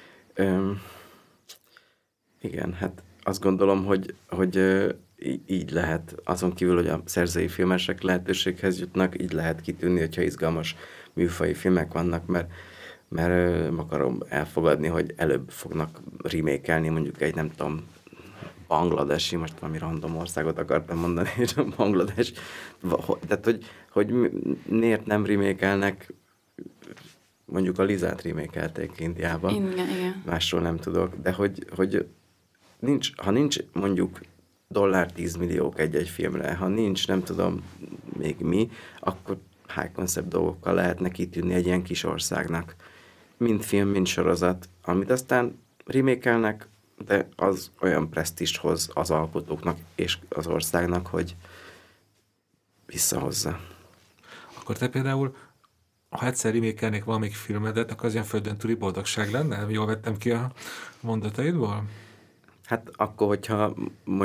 Igen, hát azt gondolom, hogy így lehet, azon kívül, hogy a szerzői filmesek lehetőséghez jutnak, így lehet kitűnni, hogyha izgalmas műfai filmek vannak, mert akarom elfogadni, hogy előbb fognak remake-elni mondjuk egy, nem tudom, bangladesi, most valami random országot akartam mondani, és a Banglades, tehát hogy miért nem remake-elnek, mondjuk a Lizát remake-elték Indiába. Igen. Másról nem tudok, de hogy ha nincs mondjuk $10 milliók egy-egy filmre, ha nincs, nem tudom még mi, akkor high concept dolgokkal lehetne kitűnni egy ilyen kis országnak. Mind film, mind sorozat, amit aztán remake-elnek, de az olyan presztízst hoz az alkotóknak és az országnak, hogy visszahozza. Akkor te például, ha egyszer remake-elnék valamelyik filmedet, akkor az ilyen földön túli boldogság lenne? Jól vettem ki a mondataidból? Hát akkor, hogyha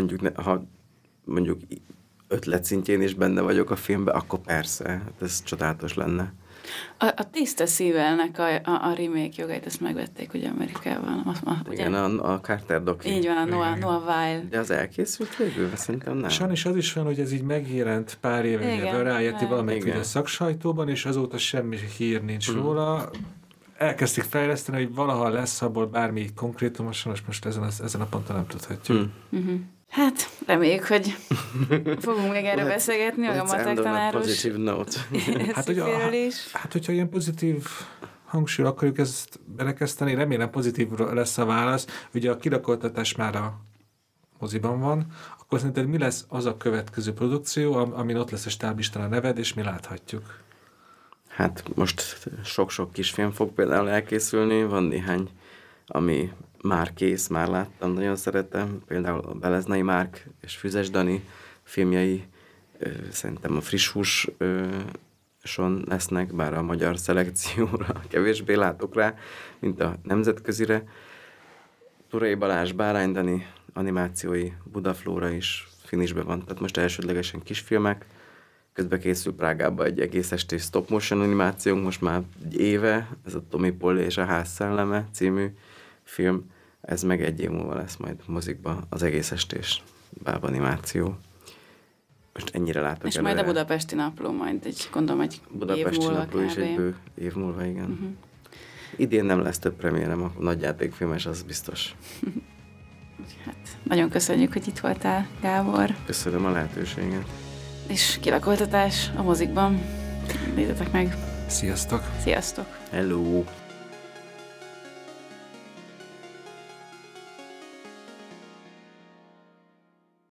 mondjuk ötlet szintjén is benne vagyok a filmben, akkor persze, hát ez csodálatos lenne. A Tiszta Szívelnek a remake jogait, ezt megvették ugye Amerikában. Igen, a Carter doki. Így van, a Noah Weil. De az elkészült végül? Szerintem nem. Sajnos az is van, hogy ez így megjelent pár éve, rájött valamelyik a szaksajtóban, és azóta semmi hír nincs róla. Elkezdték fejleszteni, hogy valaha lesz abból bármi konkrétumosan, most ezen a ponton nem tudhatjuk. Hát, reméljük, hogy fogunk még erről beszélgetni, meg a matek tanáros. Positive note. Hát, hogyha ilyen pozitív hangsúlyra akarjuk ezt belekezdeni, remélem pozitív lesz a válasz. Ugye a kirakoltatás már a moziban van, akkor szerinted mi lesz az a következő produkció, amin ott lesz a stáblistán a neved, és mi láthatjuk? Hát most sok-sok kisfilm fog például elkészülni, van néhány, ami már kész, már láttam, nagyon szeretem. Például a Beleznai Márk és Füzes Dani filmjei, szerintem a Friss Húson lesznek, bár a magyar szelekcióra kevésbé látok rá, mint a nemzetközire. Turai Balázs, Bárány Dani animációi, Budaflóra is finishbe van, tehát most elsődlegesen kisfilmek. Közben készül Prágában egy egész estés stop motion animációnk, most már egy éve, ez a Tomi Polly és a Ház szelleme című film, ez meg 1 év múlva lesz majd mozikba az egész estés bábanimáció. Most ennyire látok és előre. majd a Budapesti Napló, majd gondolom egy Budapesti év múlva Napló is egy bő év múlva, igen. Idén nem lesz több premierem, a nagyjátékfilmes, az biztos. Hát, nagyon köszönjük, hogy itt voltál, Gábor. Köszönöm a lehetőséget. És kirakoltatás a mozikban. Nézzetek meg. Sziasztok! Sziasztok! Hello!